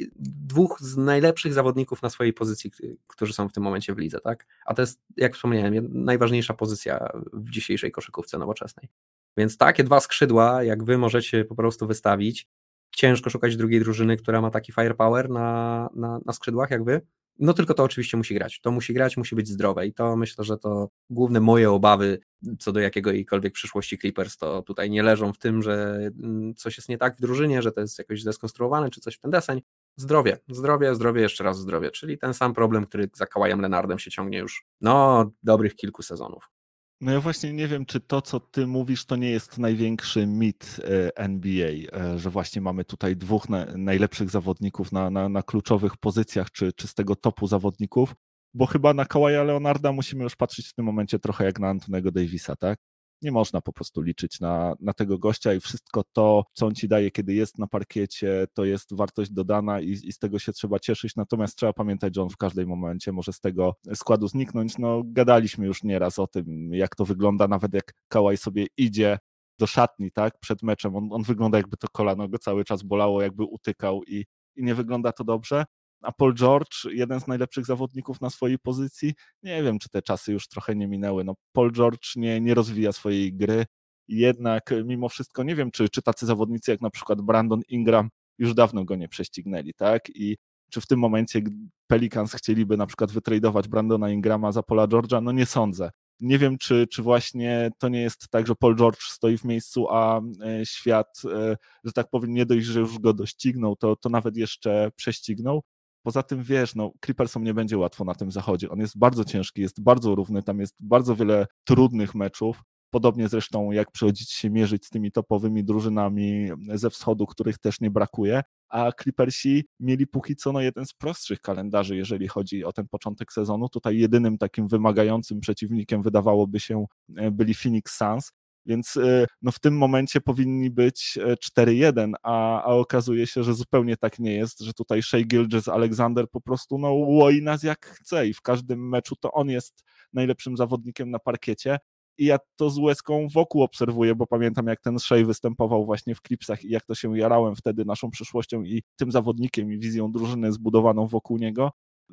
dwóch z najlepszych zawodników na swojej pozycji, którzy są w tym momencie w lidze, tak? A to jest, jak wspomniałem, najważniejsza pozycja w dzisiejszej koszykówce nowoczesnej. Więc takie dwa skrzydła, jak wy możecie po prostu wystawić, ciężko szukać drugiej drużyny, która ma taki firepower na, na, na skrzydłach jak wy. No tylko to oczywiście musi grać. To musi grać, musi być zdrowe i to myślę, że to główne moje obawy co do jakiegokolwiek przyszłości Clippers to tutaj nie leżą w tym, że coś jest nie tak w drużynie, że to jest jakoś źle skonstruowane, czy coś w ten deseń. Zdrowie, zdrowie, zdrowie, jeszcze raz zdrowie, czyli ten sam problem, który za Kawajem Leonardem się ciągnie już no dobrych kilku sezonów.
No ja właśnie nie wiem, czy to, co ty mówisz, to nie jest największy mit N B A, że właśnie mamy tutaj dwóch na, najlepszych zawodników na, na, na kluczowych pozycjach, czy, czy z tego topu zawodników, bo chyba na Kawaja Leonarda musimy już patrzeć w tym momencie trochę jak na Antonego Davisa, tak? Nie można po prostu liczyć na, na tego gościa i wszystko to, co on ci daje, kiedy jest na parkiecie, to jest wartość dodana i, i z tego się trzeba cieszyć, natomiast trzeba pamiętać, że on w każdym momencie może z tego składu zniknąć. No gadaliśmy już nieraz o tym, jak to wygląda, nawet jak Kawhi sobie idzie do szatni, tak, przed meczem, on, on wygląda jakby to kolano go cały czas bolało, jakby utykał i, i nie wygląda to dobrze. A Paul George, jeden z najlepszych zawodników na swojej pozycji, nie wiem, czy te czasy już trochę nie minęły. No, Paul George nie, nie rozwija swojej gry, jednak mimo wszystko nie wiem, czy, czy tacy zawodnicy jak na przykład Brandon Ingram już dawno go nie prześcignęli, tak? I czy w tym momencie Pelicans chcieliby na przykład wytradować Brandona Ingrama za Paula George'a? No nie sądzę. Nie wiem, czy, czy właśnie to nie jest tak, że Paul George stoi w miejscu, a świat, że tak powiem, nie dość, że już go doścignął, to, to nawet jeszcze prześcignął. Poza tym, wiesz, no, Clippersom nie będzie łatwo na tym zachodzie. On jest bardzo ciężki, jest bardzo równy, tam jest bardzo wiele trudnych meczów. Podobnie zresztą jak przychodzić się mierzyć z tymi topowymi drużynami ze wschodu, których też nie brakuje, a Clippersi mieli póki co no, jeden z prostszych kalendarzy, jeżeli chodzi o ten początek sezonu. Tutaj jedynym takim wymagającym przeciwnikiem wydawałoby się byli Phoenix Suns, więc no, w tym momencie powinni być cztery jeden, a, a okazuje się, że zupełnie tak nie jest, że tutaj Shai Gilgeous-Alexander po prostu no, łoi nas jak chce i w każdym meczu to on jest najlepszym zawodnikiem na parkiecie. I ja to z łezką wokół obserwuję, bo pamiętam jak ten Shai występował właśnie w Clipsach i jak to się jarałem wtedy naszą przyszłością i tym zawodnikiem i wizją drużyny zbudowaną wokół niego.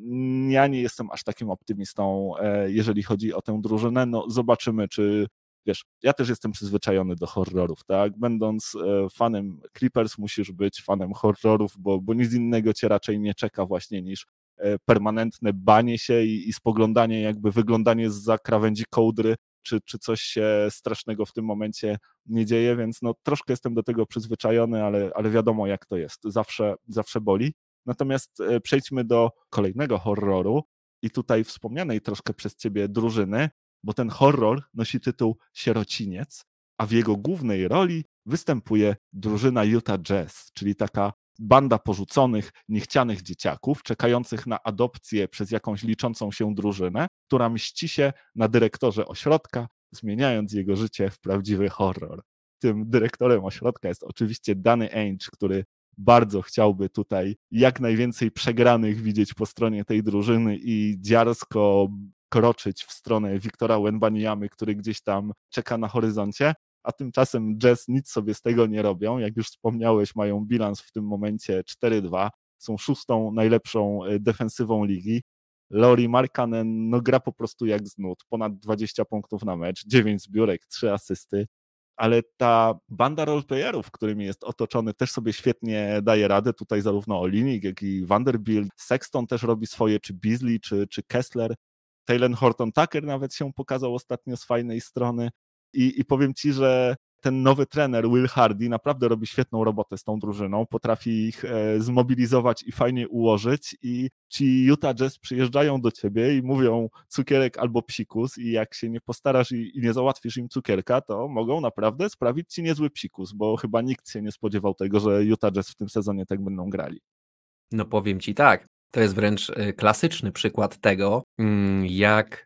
Ja nie jestem aż takim optymistą, jeżeli chodzi o tę drużynę. No zobaczymy, czy wiesz, ja też jestem przyzwyczajony do horrorów, tak? Będąc fanem Clippers musisz być fanem horrorów, bo, bo nic innego cię raczej nie czeka właśnie niż permanentne banie się i, i spoglądanie, jakby wyglądanie zza krawędzi kołdry, czy, czy coś się strasznego w tym momencie nie dzieje, więc no troszkę jestem do tego przyzwyczajony, ale, ale wiadomo jak to jest, zawsze, zawsze boli. Natomiast przejdźmy do kolejnego horroru i tutaj wspomnianej troszkę przez ciebie drużyny, bo ten horror nosi tytuł Sierociniec, a w jego głównej roli występuje drużyna Utah Jazz, czyli taka banda porzuconych, niechcianych dzieciaków, czekających na adopcję przez jakąś liczącą się drużynę, która mści się na dyrektorze ośrodka, zmieniając jego życie w prawdziwy horror. Tym dyrektorem ośrodka jest oczywiście Danny Ainge, który bardzo chciałby tutaj jak najwięcej przegranych widzieć po stronie tej drużyny i dziarsko kroczyć w stronę Wiktora Wembanyamy, który gdzieś tam czeka na horyzoncie, a tymczasem Jazz nic sobie z tego nie robią. Jak już wspomniałeś, mają bilans w tym momencie cztery dwa, są szóstą najlepszą defensywą ligi. Lauri Markkanen no, gra po prostu jak z nut, ponad dwadzieścia punktów na mecz, dziewięć zbiórek, trzy asysty, ale ta banda roleplayerów, którymi jest otoczony, też sobie świetnie daje radę. Tutaj zarówno Olynyk, jak i Vanderbilt, Sexton też robi swoje, czy Beasley, czy, czy Kessler. Taylor Horton-Tucker nawet się pokazał ostatnio z fajnej strony i, i powiem ci, że ten nowy trener Will Hardy naprawdę robi świetną robotę z tą drużyną, potrafi ich e, zmobilizować i fajnie ułożyć i ci Utah Jazz przyjeżdżają do ciebie i mówią cukierek albo psikus i jak się nie postarasz i, i nie załatwisz im cukierka, to mogą naprawdę sprawić ci niezły psikus, bo chyba nikt się nie spodziewał tego, że Utah Jazz w tym sezonie tak będą grali.
No powiem ci tak, to jest wręcz klasyczny przykład tego, jak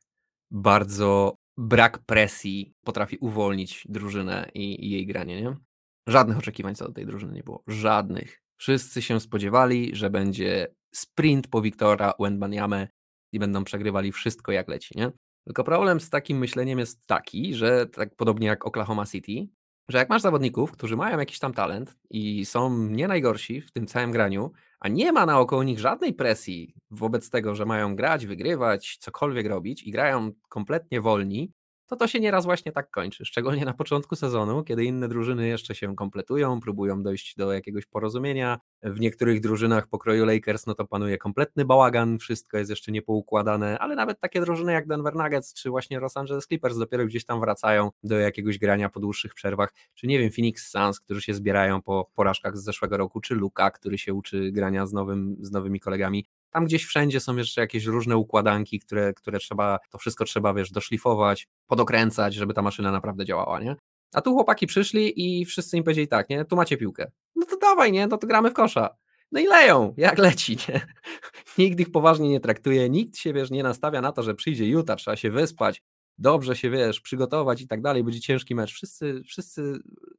bardzo brak presji potrafi uwolnić drużynę i, i jej granie, nie? Żadnych oczekiwań co do tej drużyny nie było. Żadnych. Wszyscy się spodziewali, że będzie sprint po Wiktora Wembanyamę i będą przegrywali wszystko jak leci, nie? Tylko problem z takim myśleniem jest taki, że tak podobnie jak Oklahoma City, że jak masz zawodników, którzy mają jakiś tam talent i są nie najgorsi w tym całym graniu, a nie ma naokoło nich żadnej presji wobec tego, że mają grać, wygrywać, cokolwiek robić i grają kompletnie wolni, to to się nieraz właśnie tak kończy. Szczególnie na początku sezonu, kiedy inne drużyny jeszcze się kompletują, próbują dojść do jakiegoś porozumienia. W niektórych drużynach pokroju Lakers no to panuje kompletny bałagan, wszystko jest jeszcze niepoukładane, ale nawet takie drużyny jak Denver Nuggets czy właśnie Los Angeles Clippers dopiero gdzieś tam wracają do jakiegoś grania po dłuższych przerwach, czy nie wiem, Phoenix Suns, którzy się zbierają po porażkach z zeszłego roku, czy Luka, który się uczy grania z, nowym, z nowymi kolegami. Tam gdzieś wszędzie są jeszcze jakieś różne układanki, które, które trzeba, to wszystko trzeba, wiesz, doszlifować, podokręcać, żeby ta maszyna naprawdę działała, nie? A tu chłopaki przyszli i wszyscy im powiedzieli tak, nie? Tu macie piłkę. No to dawaj, nie? No to gramy w kosza. No i leją, jak leci, nie? Nikt ich poważnie nie traktuje, nikt się, wiesz, nie nastawia na to, że przyjdzie Utah, trzeba się wyspać, dobrze się, wiesz, przygotować i tak dalej, będzie ciężki mecz. Wszyscy, wszyscy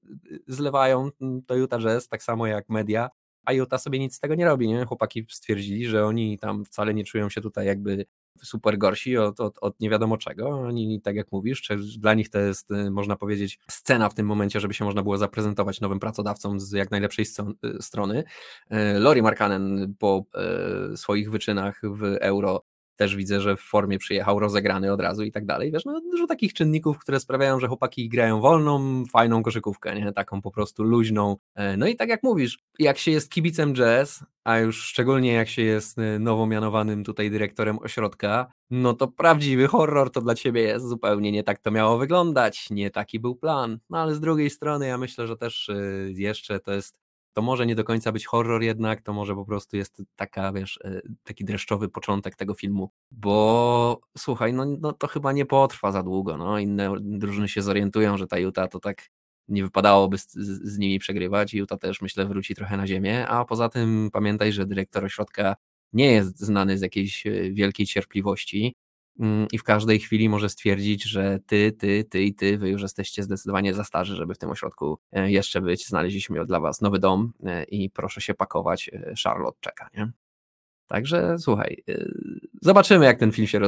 zlewają to Utah Jazz, tak samo jak media, a Utah sobie nic z tego nie robi, nie? Chłopaki stwierdzili, że oni tam wcale nie czują się tutaj jakby super gorsi od, od, od nie wiadomo czego. Oni, tak jak mówisz, czy dla nich to jest, można powiedzieć, scena w tym momencie, żeby się można było zaprezentować nowym pracodawcom z jak najlepszej strony. Lauri Markkanen po swoich wyczynach w Euro też widzę, że w formie przyjechał rozegrany od razu i tak dalej. Wiesz, no dużo takich czynników, które sprawiają, że chłopaki grają wolną, fajną koszykówkę, nie? Taką po prostu luźną. No i tak jak mówisz, jak się jest kibicem Jazz, a już szczególnie jak się jest nowo mianowanym tutaj dyrektorem ośrodka, no to prawdziwy horror to dla ciebie jest. Zupełnie nie tak to miało wyglądać, nie taki był plan. No ale z drugiej strony ja myślę, że też jeszcze to jest to może nie do końca być horror jednak, to może po prostu jest taka, wiesz, taki dreszczowy początek tego filmu, bo słuchaj, no, no to chyba nie potrwa za długo, no inne drużyny się zorientują, że ta Utah to tak nie wypadałoby z, z nimi przegrywać i Utah też myślę wróci trochę na ziemię, a poza tym pamiętaj, że dyrektor ośrodka nie jest znany z jakiejś wielkiej cierpliwości i w każdej chwili może stwierdzić, że ty, ty, ty i ty, wy już jesteście zdecydowanie za starzy, żeby w tym ośrodku jeszcze być. Znaleźliśmy dla was nowy dom i proszę się pakować, Charlotte czeka, nie? Także słuchaj, zobaczymy jak ten film się roz...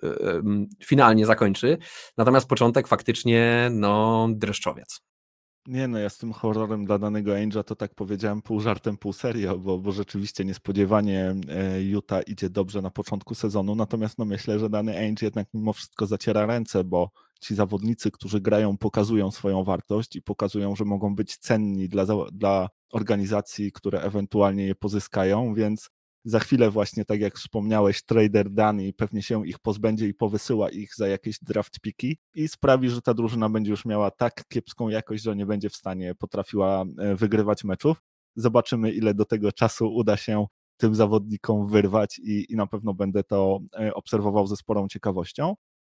finalnie zakończy, natomiast początek faktycznie no dreszczowiec.
Nie no, ja z tym horrorem dla danego Ainge'a to tak powiedziałem pół żartem, pół serio, bo, bo rzeczywiście niespodziewanie Utah idzie dobrze na początku sezonu, natomiast no myślę, że dany Ainge jednak mimo wszystko zaciera ręce, bo ci zawodnicy, którzy grają, pokazują swoją wartość i pokazują, że mogą być cenni dla, dla organizacji, które ewentualnie je pozyskają, więc za chwilę właśnie, tak jak wspomniałeś, trader Danny pewnie się ich pozbędzie i powysyła ich za jakieś draft piki i sprawi, że ta drużyna będzie już miała tak kiepską jakość, że nie będzie w stanie potrafiła wygrywać meczów. Zobaczymy, ile do tego czasu uda się tym zawodnikom wyrwać i, i na pewno będę to obserwował ze sporą ciekawością.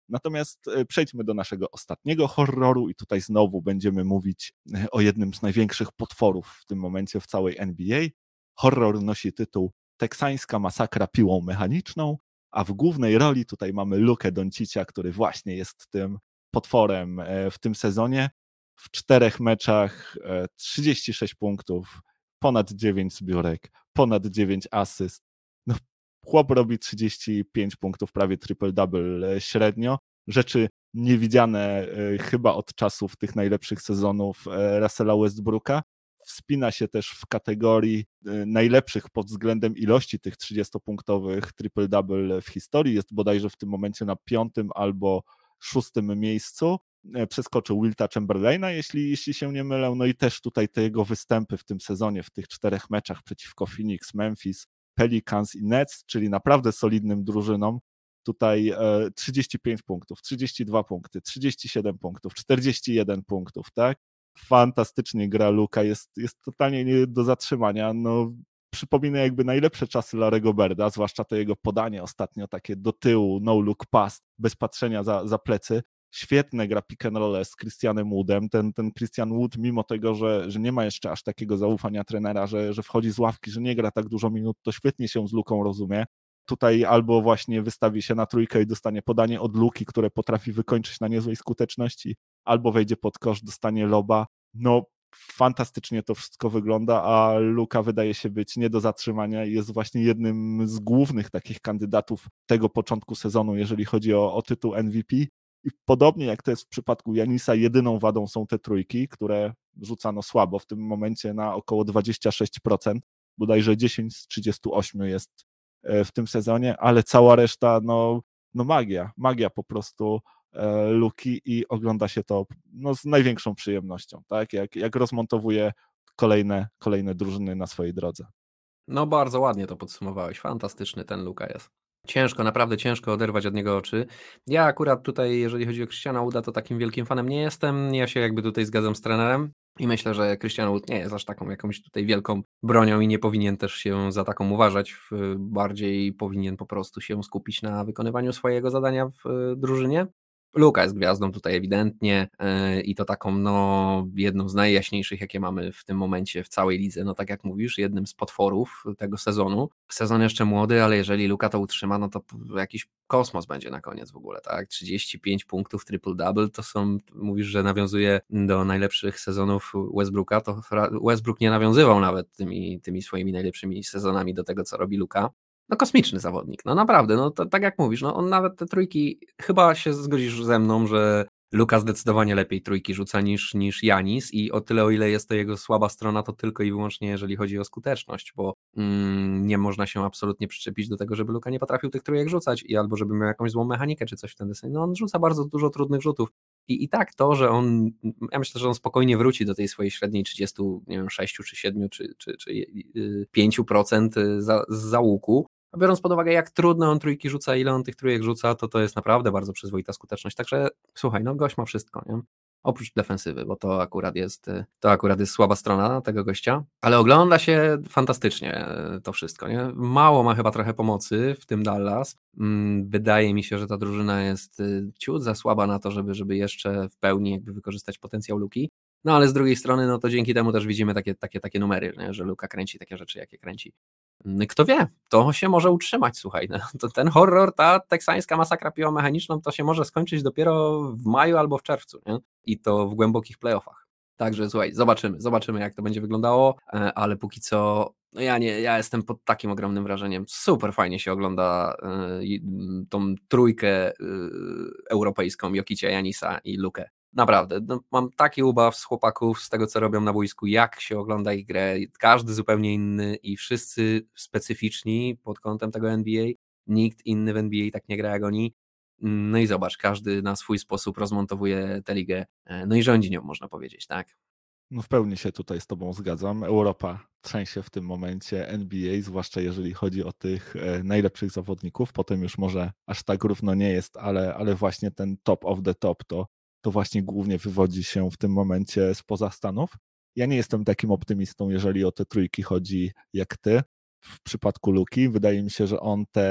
Natomiast przejdźmy do naszego ostatniego horroru i tutaj znowu będziemy mówić o jednym z największych potworów w tym momencie w całej N B A. Horror nosi tytuł Teksańska masakra piłą mechaniczną, a w głównej roli tutaj mamy Lukę Doncicia, który właśnie jest tym potworem w tym sezonie. W czterech meczach trzydzieści sześć punktów, ponad dziewięć zbiórek, ponad dziewięć asyst. No, chłop robi trzydzieści pięć punktów, prawie triple-double średnio. Rzeczy niewidziane chyba od czasów tych najlepszych sezonów Russella Westbrooka. Wspina się też w kategorii najlepszych pod względem ilości tych trzydziestopunktowych triple-double w historii. Jest bodajże w tym momencie na piątym albo szóstym miejscu. Przeskoczył Wilta Chamberlaina, jeśli, jeśli się nie mylę. No i też tutaj te jego występy w tym sezonie, w tych czterech meczach przeciwko Phoenix, Memphis, Pelicans i Nets, czyli naprawdę solidnym drużynom. Tutaj trzydzieści pięć punktów, trzydzieści dwa punkty, trzydzieści siedem punktów, czterdzieści jeden punktów, tak? Fantastycznie gra Luka, jest, jest totalnie nie do zatrzymania. No, przypomina jakby najlepsze czasy Larry'ego Birda, zwłaszcza to jego podanie ostatnio takie do tyłu, no look pass, bez patrzenia za, za plecy. Świetne gra pick and roll z Christianem Woodem. Ten, ten Christian Wood, mimo tego, że, że nie ma jeszcze aż takiego zaufania trenera, że, że wchodzi z ławki, że nie gra tak dużo minut, to świetnie się z Luką rozumie. Tutaj albo właśnie wystawi się na trójkę i dostanie podanie od Luki, które potrafi wykończyć na niezłej skuteczności, albo wejdzie pod kosz, dostanie loba. No fantastycznie to wszystko wygląda, a Luka wydaje się być nie do zatrzymania i jest właśnie jednym z głównych takich kandydatów tego początku sezonu, jeżeli chodzi o, o tytuł M V P. I podobnie jak to jest w przypadku Janisa, jedyną wadą są te trójki, które rzucano słabo w tym momencie na około dwadzieścia sześć procent, bodajże dziesięć z trzydziestu ośmiu jest w tym sezonie, ale cała reszta, no, no magia, magia po prostu e, Luki i ogląda się to no, z największą przyjemnością, tak? Jak, jak rozmontowuje kolejne, kolejne drużyny na swojej drodze.
No bardzo ładnie to podsumowałeś, fantastyczny ten Luka jest. Ciężko, naprawdę ciężko oderwać od niego oczy. Ja akurat tutaj, jeżeli chodzi o Christiana Wooda, to takim wielkim fanem nie jestem. Ja się jakby tutaj zgadzam z trenerem i myślę, że Christian Wood nie jest aż taką jakąś tutaj wielką bronią i nie powinien też się za taką uważać. Bardziej powinien po prostu się skupić na wykonywaniu swojego zadania w drużynie. Luka jest gwiazdą tutaj ewidentnie yy, i to taką no jedną z najjaśniejszych, jakie mamy w tym momencie w całej lidze, no tak jak mówisz, jednym z potworów tego sezonu. Sezon jeszcze młody, ale jeżeli Luka to utrzyma, no to jakiś kosmos będzie na koniec w ogóle, tak? trzydzieści pięć punktów, triple-double, to są, mówisz, że nawiązuje do najlepszych sezonów Westbrooka, to Westbrook nie nawiązywał nawet tymi, tymi swoimi najlepszymi sezonami do tego, co robi Luka. No kosmiczny zawodnik, no naprawdę, no to, tak jak mówisz, no on nawet te trójki, chyba się zgodzisz ze mną, że Luka zdecydowanie lepiej trójki rzuca niż, niż Janis i o tyle, o ile jest to jego słaba strona, to tylko i wyłącznie jeżeli chodzi o skuteczność, bo mm, nie można się absolutnie przyczepić do tego, żeby Luka nie potrafił tych trójek rzucać i albo żeby miał jakąś złą mechanikę czy coś w ten deseń. No on rzuca bardzo dużo trudnych rzutów i, i tak to, że on, ja myślę, że on spokojnie wróci do tej swojej średniej trzydzieści, nie wiem, sześć czy siedem czy, czy, czy pięć procent za, za łuku. A biorąc pod uwagę, jak trudno on trójki rzuca, ile on tych trójek rzuca, to to jest naprawdę bardzo przyzwoita skuteczność. Także słuchaj, no gość ma wszystko, nie? Oprócz defensywy, bo to akurat jest to akurat jest słaba strona tego gościa, ale ogląda się fantastycznie to wszystko, nie? Mało ma chyba trochę pomocy w tym Dallas. Wydaje mi się, że ta drużyna jest ciut za słaba na to, żeby, żeby jeszcze w pełni jakby wykorzystać potencjał Luki. No ale z drugiej strony, no to dzięki temu też widzimy takie, takie, takie numery, nie? Że Luka kręci takie rzeczy, jakie kręci. Kto wie, to się może utrzymać, słuchaj, no, to ten horror, ta teksańska masakra piłą mechaniczną, to się może skończyć dopiero w maju albo w czerwcu, nie? I to w głębokich playoffach. Także słuchaj, zobaczymy, zobaczymy jak to będzie wyglądało, ale póki co, no ja nie, ja jestem pod takim ogromnym wrażeniem, super fajnie się ogląda y, tą trójkę y, europejską, Jokicia, Janisa i Lukę. Naprawdę, no, mam taki ubaw z chłopaków, z tego co robią na boisku, jak się ogląda ich grę, każdy zupełnie inny i wszyscy specyficzni pod kątem tego N B A, nikt inny w N B A tak nie gra jak oni, no i zobacz, każdy na swój sposób rozmontowuje tę ligę, no i rządzi nią, można powiedzieć, tak?
No w pełni się tutaj z tobą zgadzam, Europa trzęsie w tym momencie N B A, zwłaszcza jeżeli chodzi o tych najlepszych zawodników, potem już może aż tak równo nie jest, ale, ale właśnie ten top of the top to to właśnie głównie wywodzi się w tym momencie spoza Stanów. Ja nie jestem takim optymistą, jeżeli o te trójki chodzi jak ty. W przypadku Luki wydaje mi się, że on te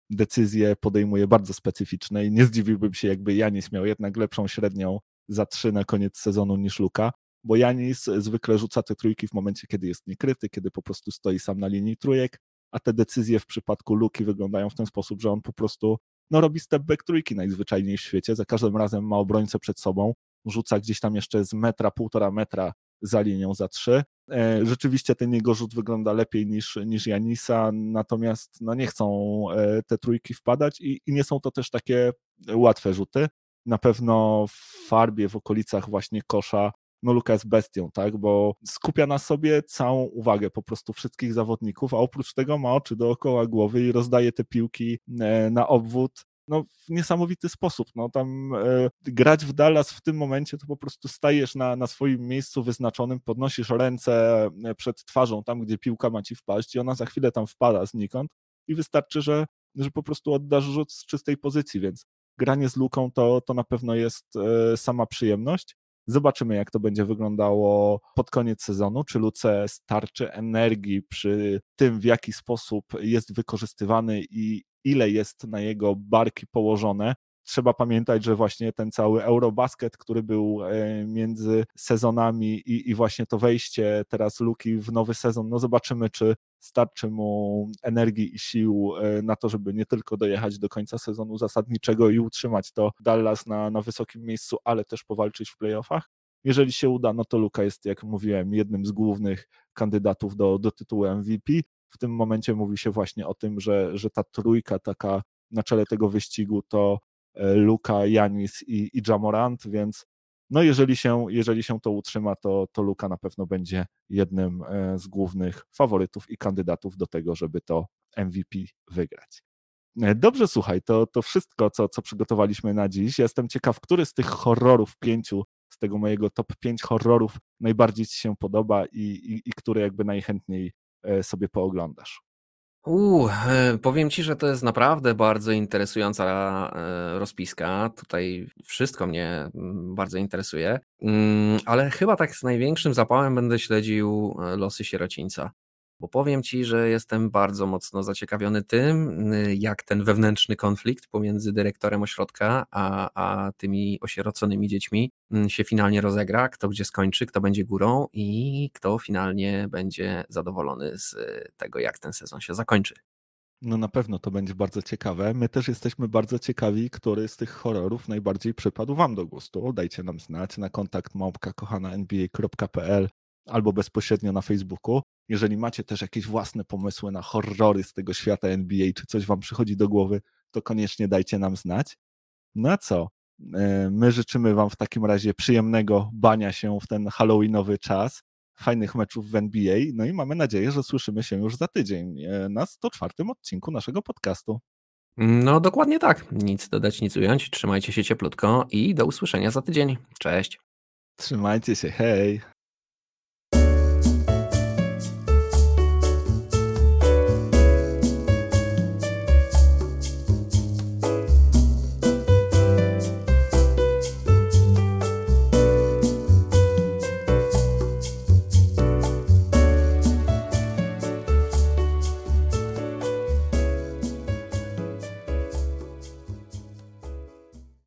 decyzje podejmuje bardzo specyficzne i nie zdziwiłbym się, jakby Janis miał jednak lepszą średnią za trzy na koniec sezonu niż Luka, bo Janis zwykle rzuca te trójki w momencie, kiedy jest niekryty, kiedy po prostu stoi sam na linii trójek, a te decyzje w przypadku Luki wyglądają w ten sposób, że on po prostu no, robi step back trójki najzwyczajniej w świecie, za każdym razem ma obrońcę przed sobą, rzuca gdzieś tam jeszcze z metra, półtora metra za linią za trzy. Rzeczywiście ten jego rzut wygląda lepiej niż, niż Janisa, natomiast no nie chcą te trójki wpadać i, i nie są to też takie łatwe rzuty. Na pewno w farbie, w okolicach właśnie kosza, no Luka jest bestią, tak, bo skupia na sobie całą uwagę po prostu wszystkich zawodników, a oprócz tego ma oczy dookoła głowy i rozdaje te piłki na obwód no, w niesamowity sposób. No, tam e, grać w Dallas w tym momencie to po prostu stajesz na, na swoim miejscu wyznaczonym, podnosisz ręce przed twarzą tam, gdzie piłka ma ci wpaść i ona za chwilę tam wpada znikąd i wystarczy, że, że po prostu oddasz rzut z czystej pozycji, więc granie z Luką to, to na pewno jest e, sama przyjemność. Zobaczymy, jak to będzie wyglądało pod koniec sezonu, czy Luce starczy energii przy tym, w jaki sposób jest wykorzystywany i ile jest na jego barki położone. Trzeba pamiętać, że właśnie ten cały Eurobasket, który był między sezonami i, i właśnie to wejście teraz Luki w nowy sezon, no zobaczymy, czy starczy mu energii i sił na to, żeby nie tylko dojechać do końca sezonu zasadniczego i utrzymać to Dallas na, na wysokim miejscu, ale też powalczyć w playoffach. Jeżeli się uda, no to Luka jest, jak mówiłem, jednym z głównych kandydatów do, do tytułu M V P. W tym momencie mówi się właśnie o tym, że, że ta trójka taka na czele tego wyścigu to Luka, Janis i, i Ja Morant, więc no jeżeli się, jeżeli się to utrzyma, to, to Luka na pewno będzie jednym z głównych faworytów i kandydatów do tego, żeby to M V P wygrać. Dobrze, słuchaj, to, to wszystko, co, co przygotowaliśmy na dziś. Ja jestem ciekaw, który z tych horrorów pięciu, z tego mojego top pięć horrorów najbardziej ci się podoba i, i, i który jakby najchętniej sobie pooglądasz.
Uuu, powiem ci, że to jest naprawdę bardzo interesująca rozpiska. Tutaj wszystko mnie bardzo interesuje, ale chyba tak z największym zapałem będę śledził losy sierocińca. Bo powiem ci, że jestem bardzo mocno zaciekawiony tym, jak ten wewnętrzny konflikt pomiędzy dyrektorem ośrodka a, a tymi osieroconymi dziećmi się finalnie rozegra, kto gdzie skończy, kto będzie górą i kto finalnie będzie zadowolony z tego, jak ten sezon się zakończy.
No na pewno to będzie bardzo ciekawe. My też jesteśmy bardzo ciekawi, który z tych horrorów najbardziej przypadł wam do gustu. Dajcie nam znać na kontakt małpka kochana N B A kropka P L albo bezpośrednio na Facebooku. Jeżeli macie też jakieś własne pomysły na horrory z tego świata N B A, czy coś wam przychodzi do głowy, to koniecznie dajcie nam znać. No a co? My życzymy wam w takim razie przyjemnego bania się w ten halloweenowy czas, fajnych meczów w N B A, no i mamy nadzieję, że słyszymy się już za tydzień na sto czwartym odcinku naszego podcastu.
No dokładnie tak. Nic dodać, nic ująć. Trzymajcie się cieplutko i do usłyszenia za tydzień. Cześć.
Trzymajcie się, hej!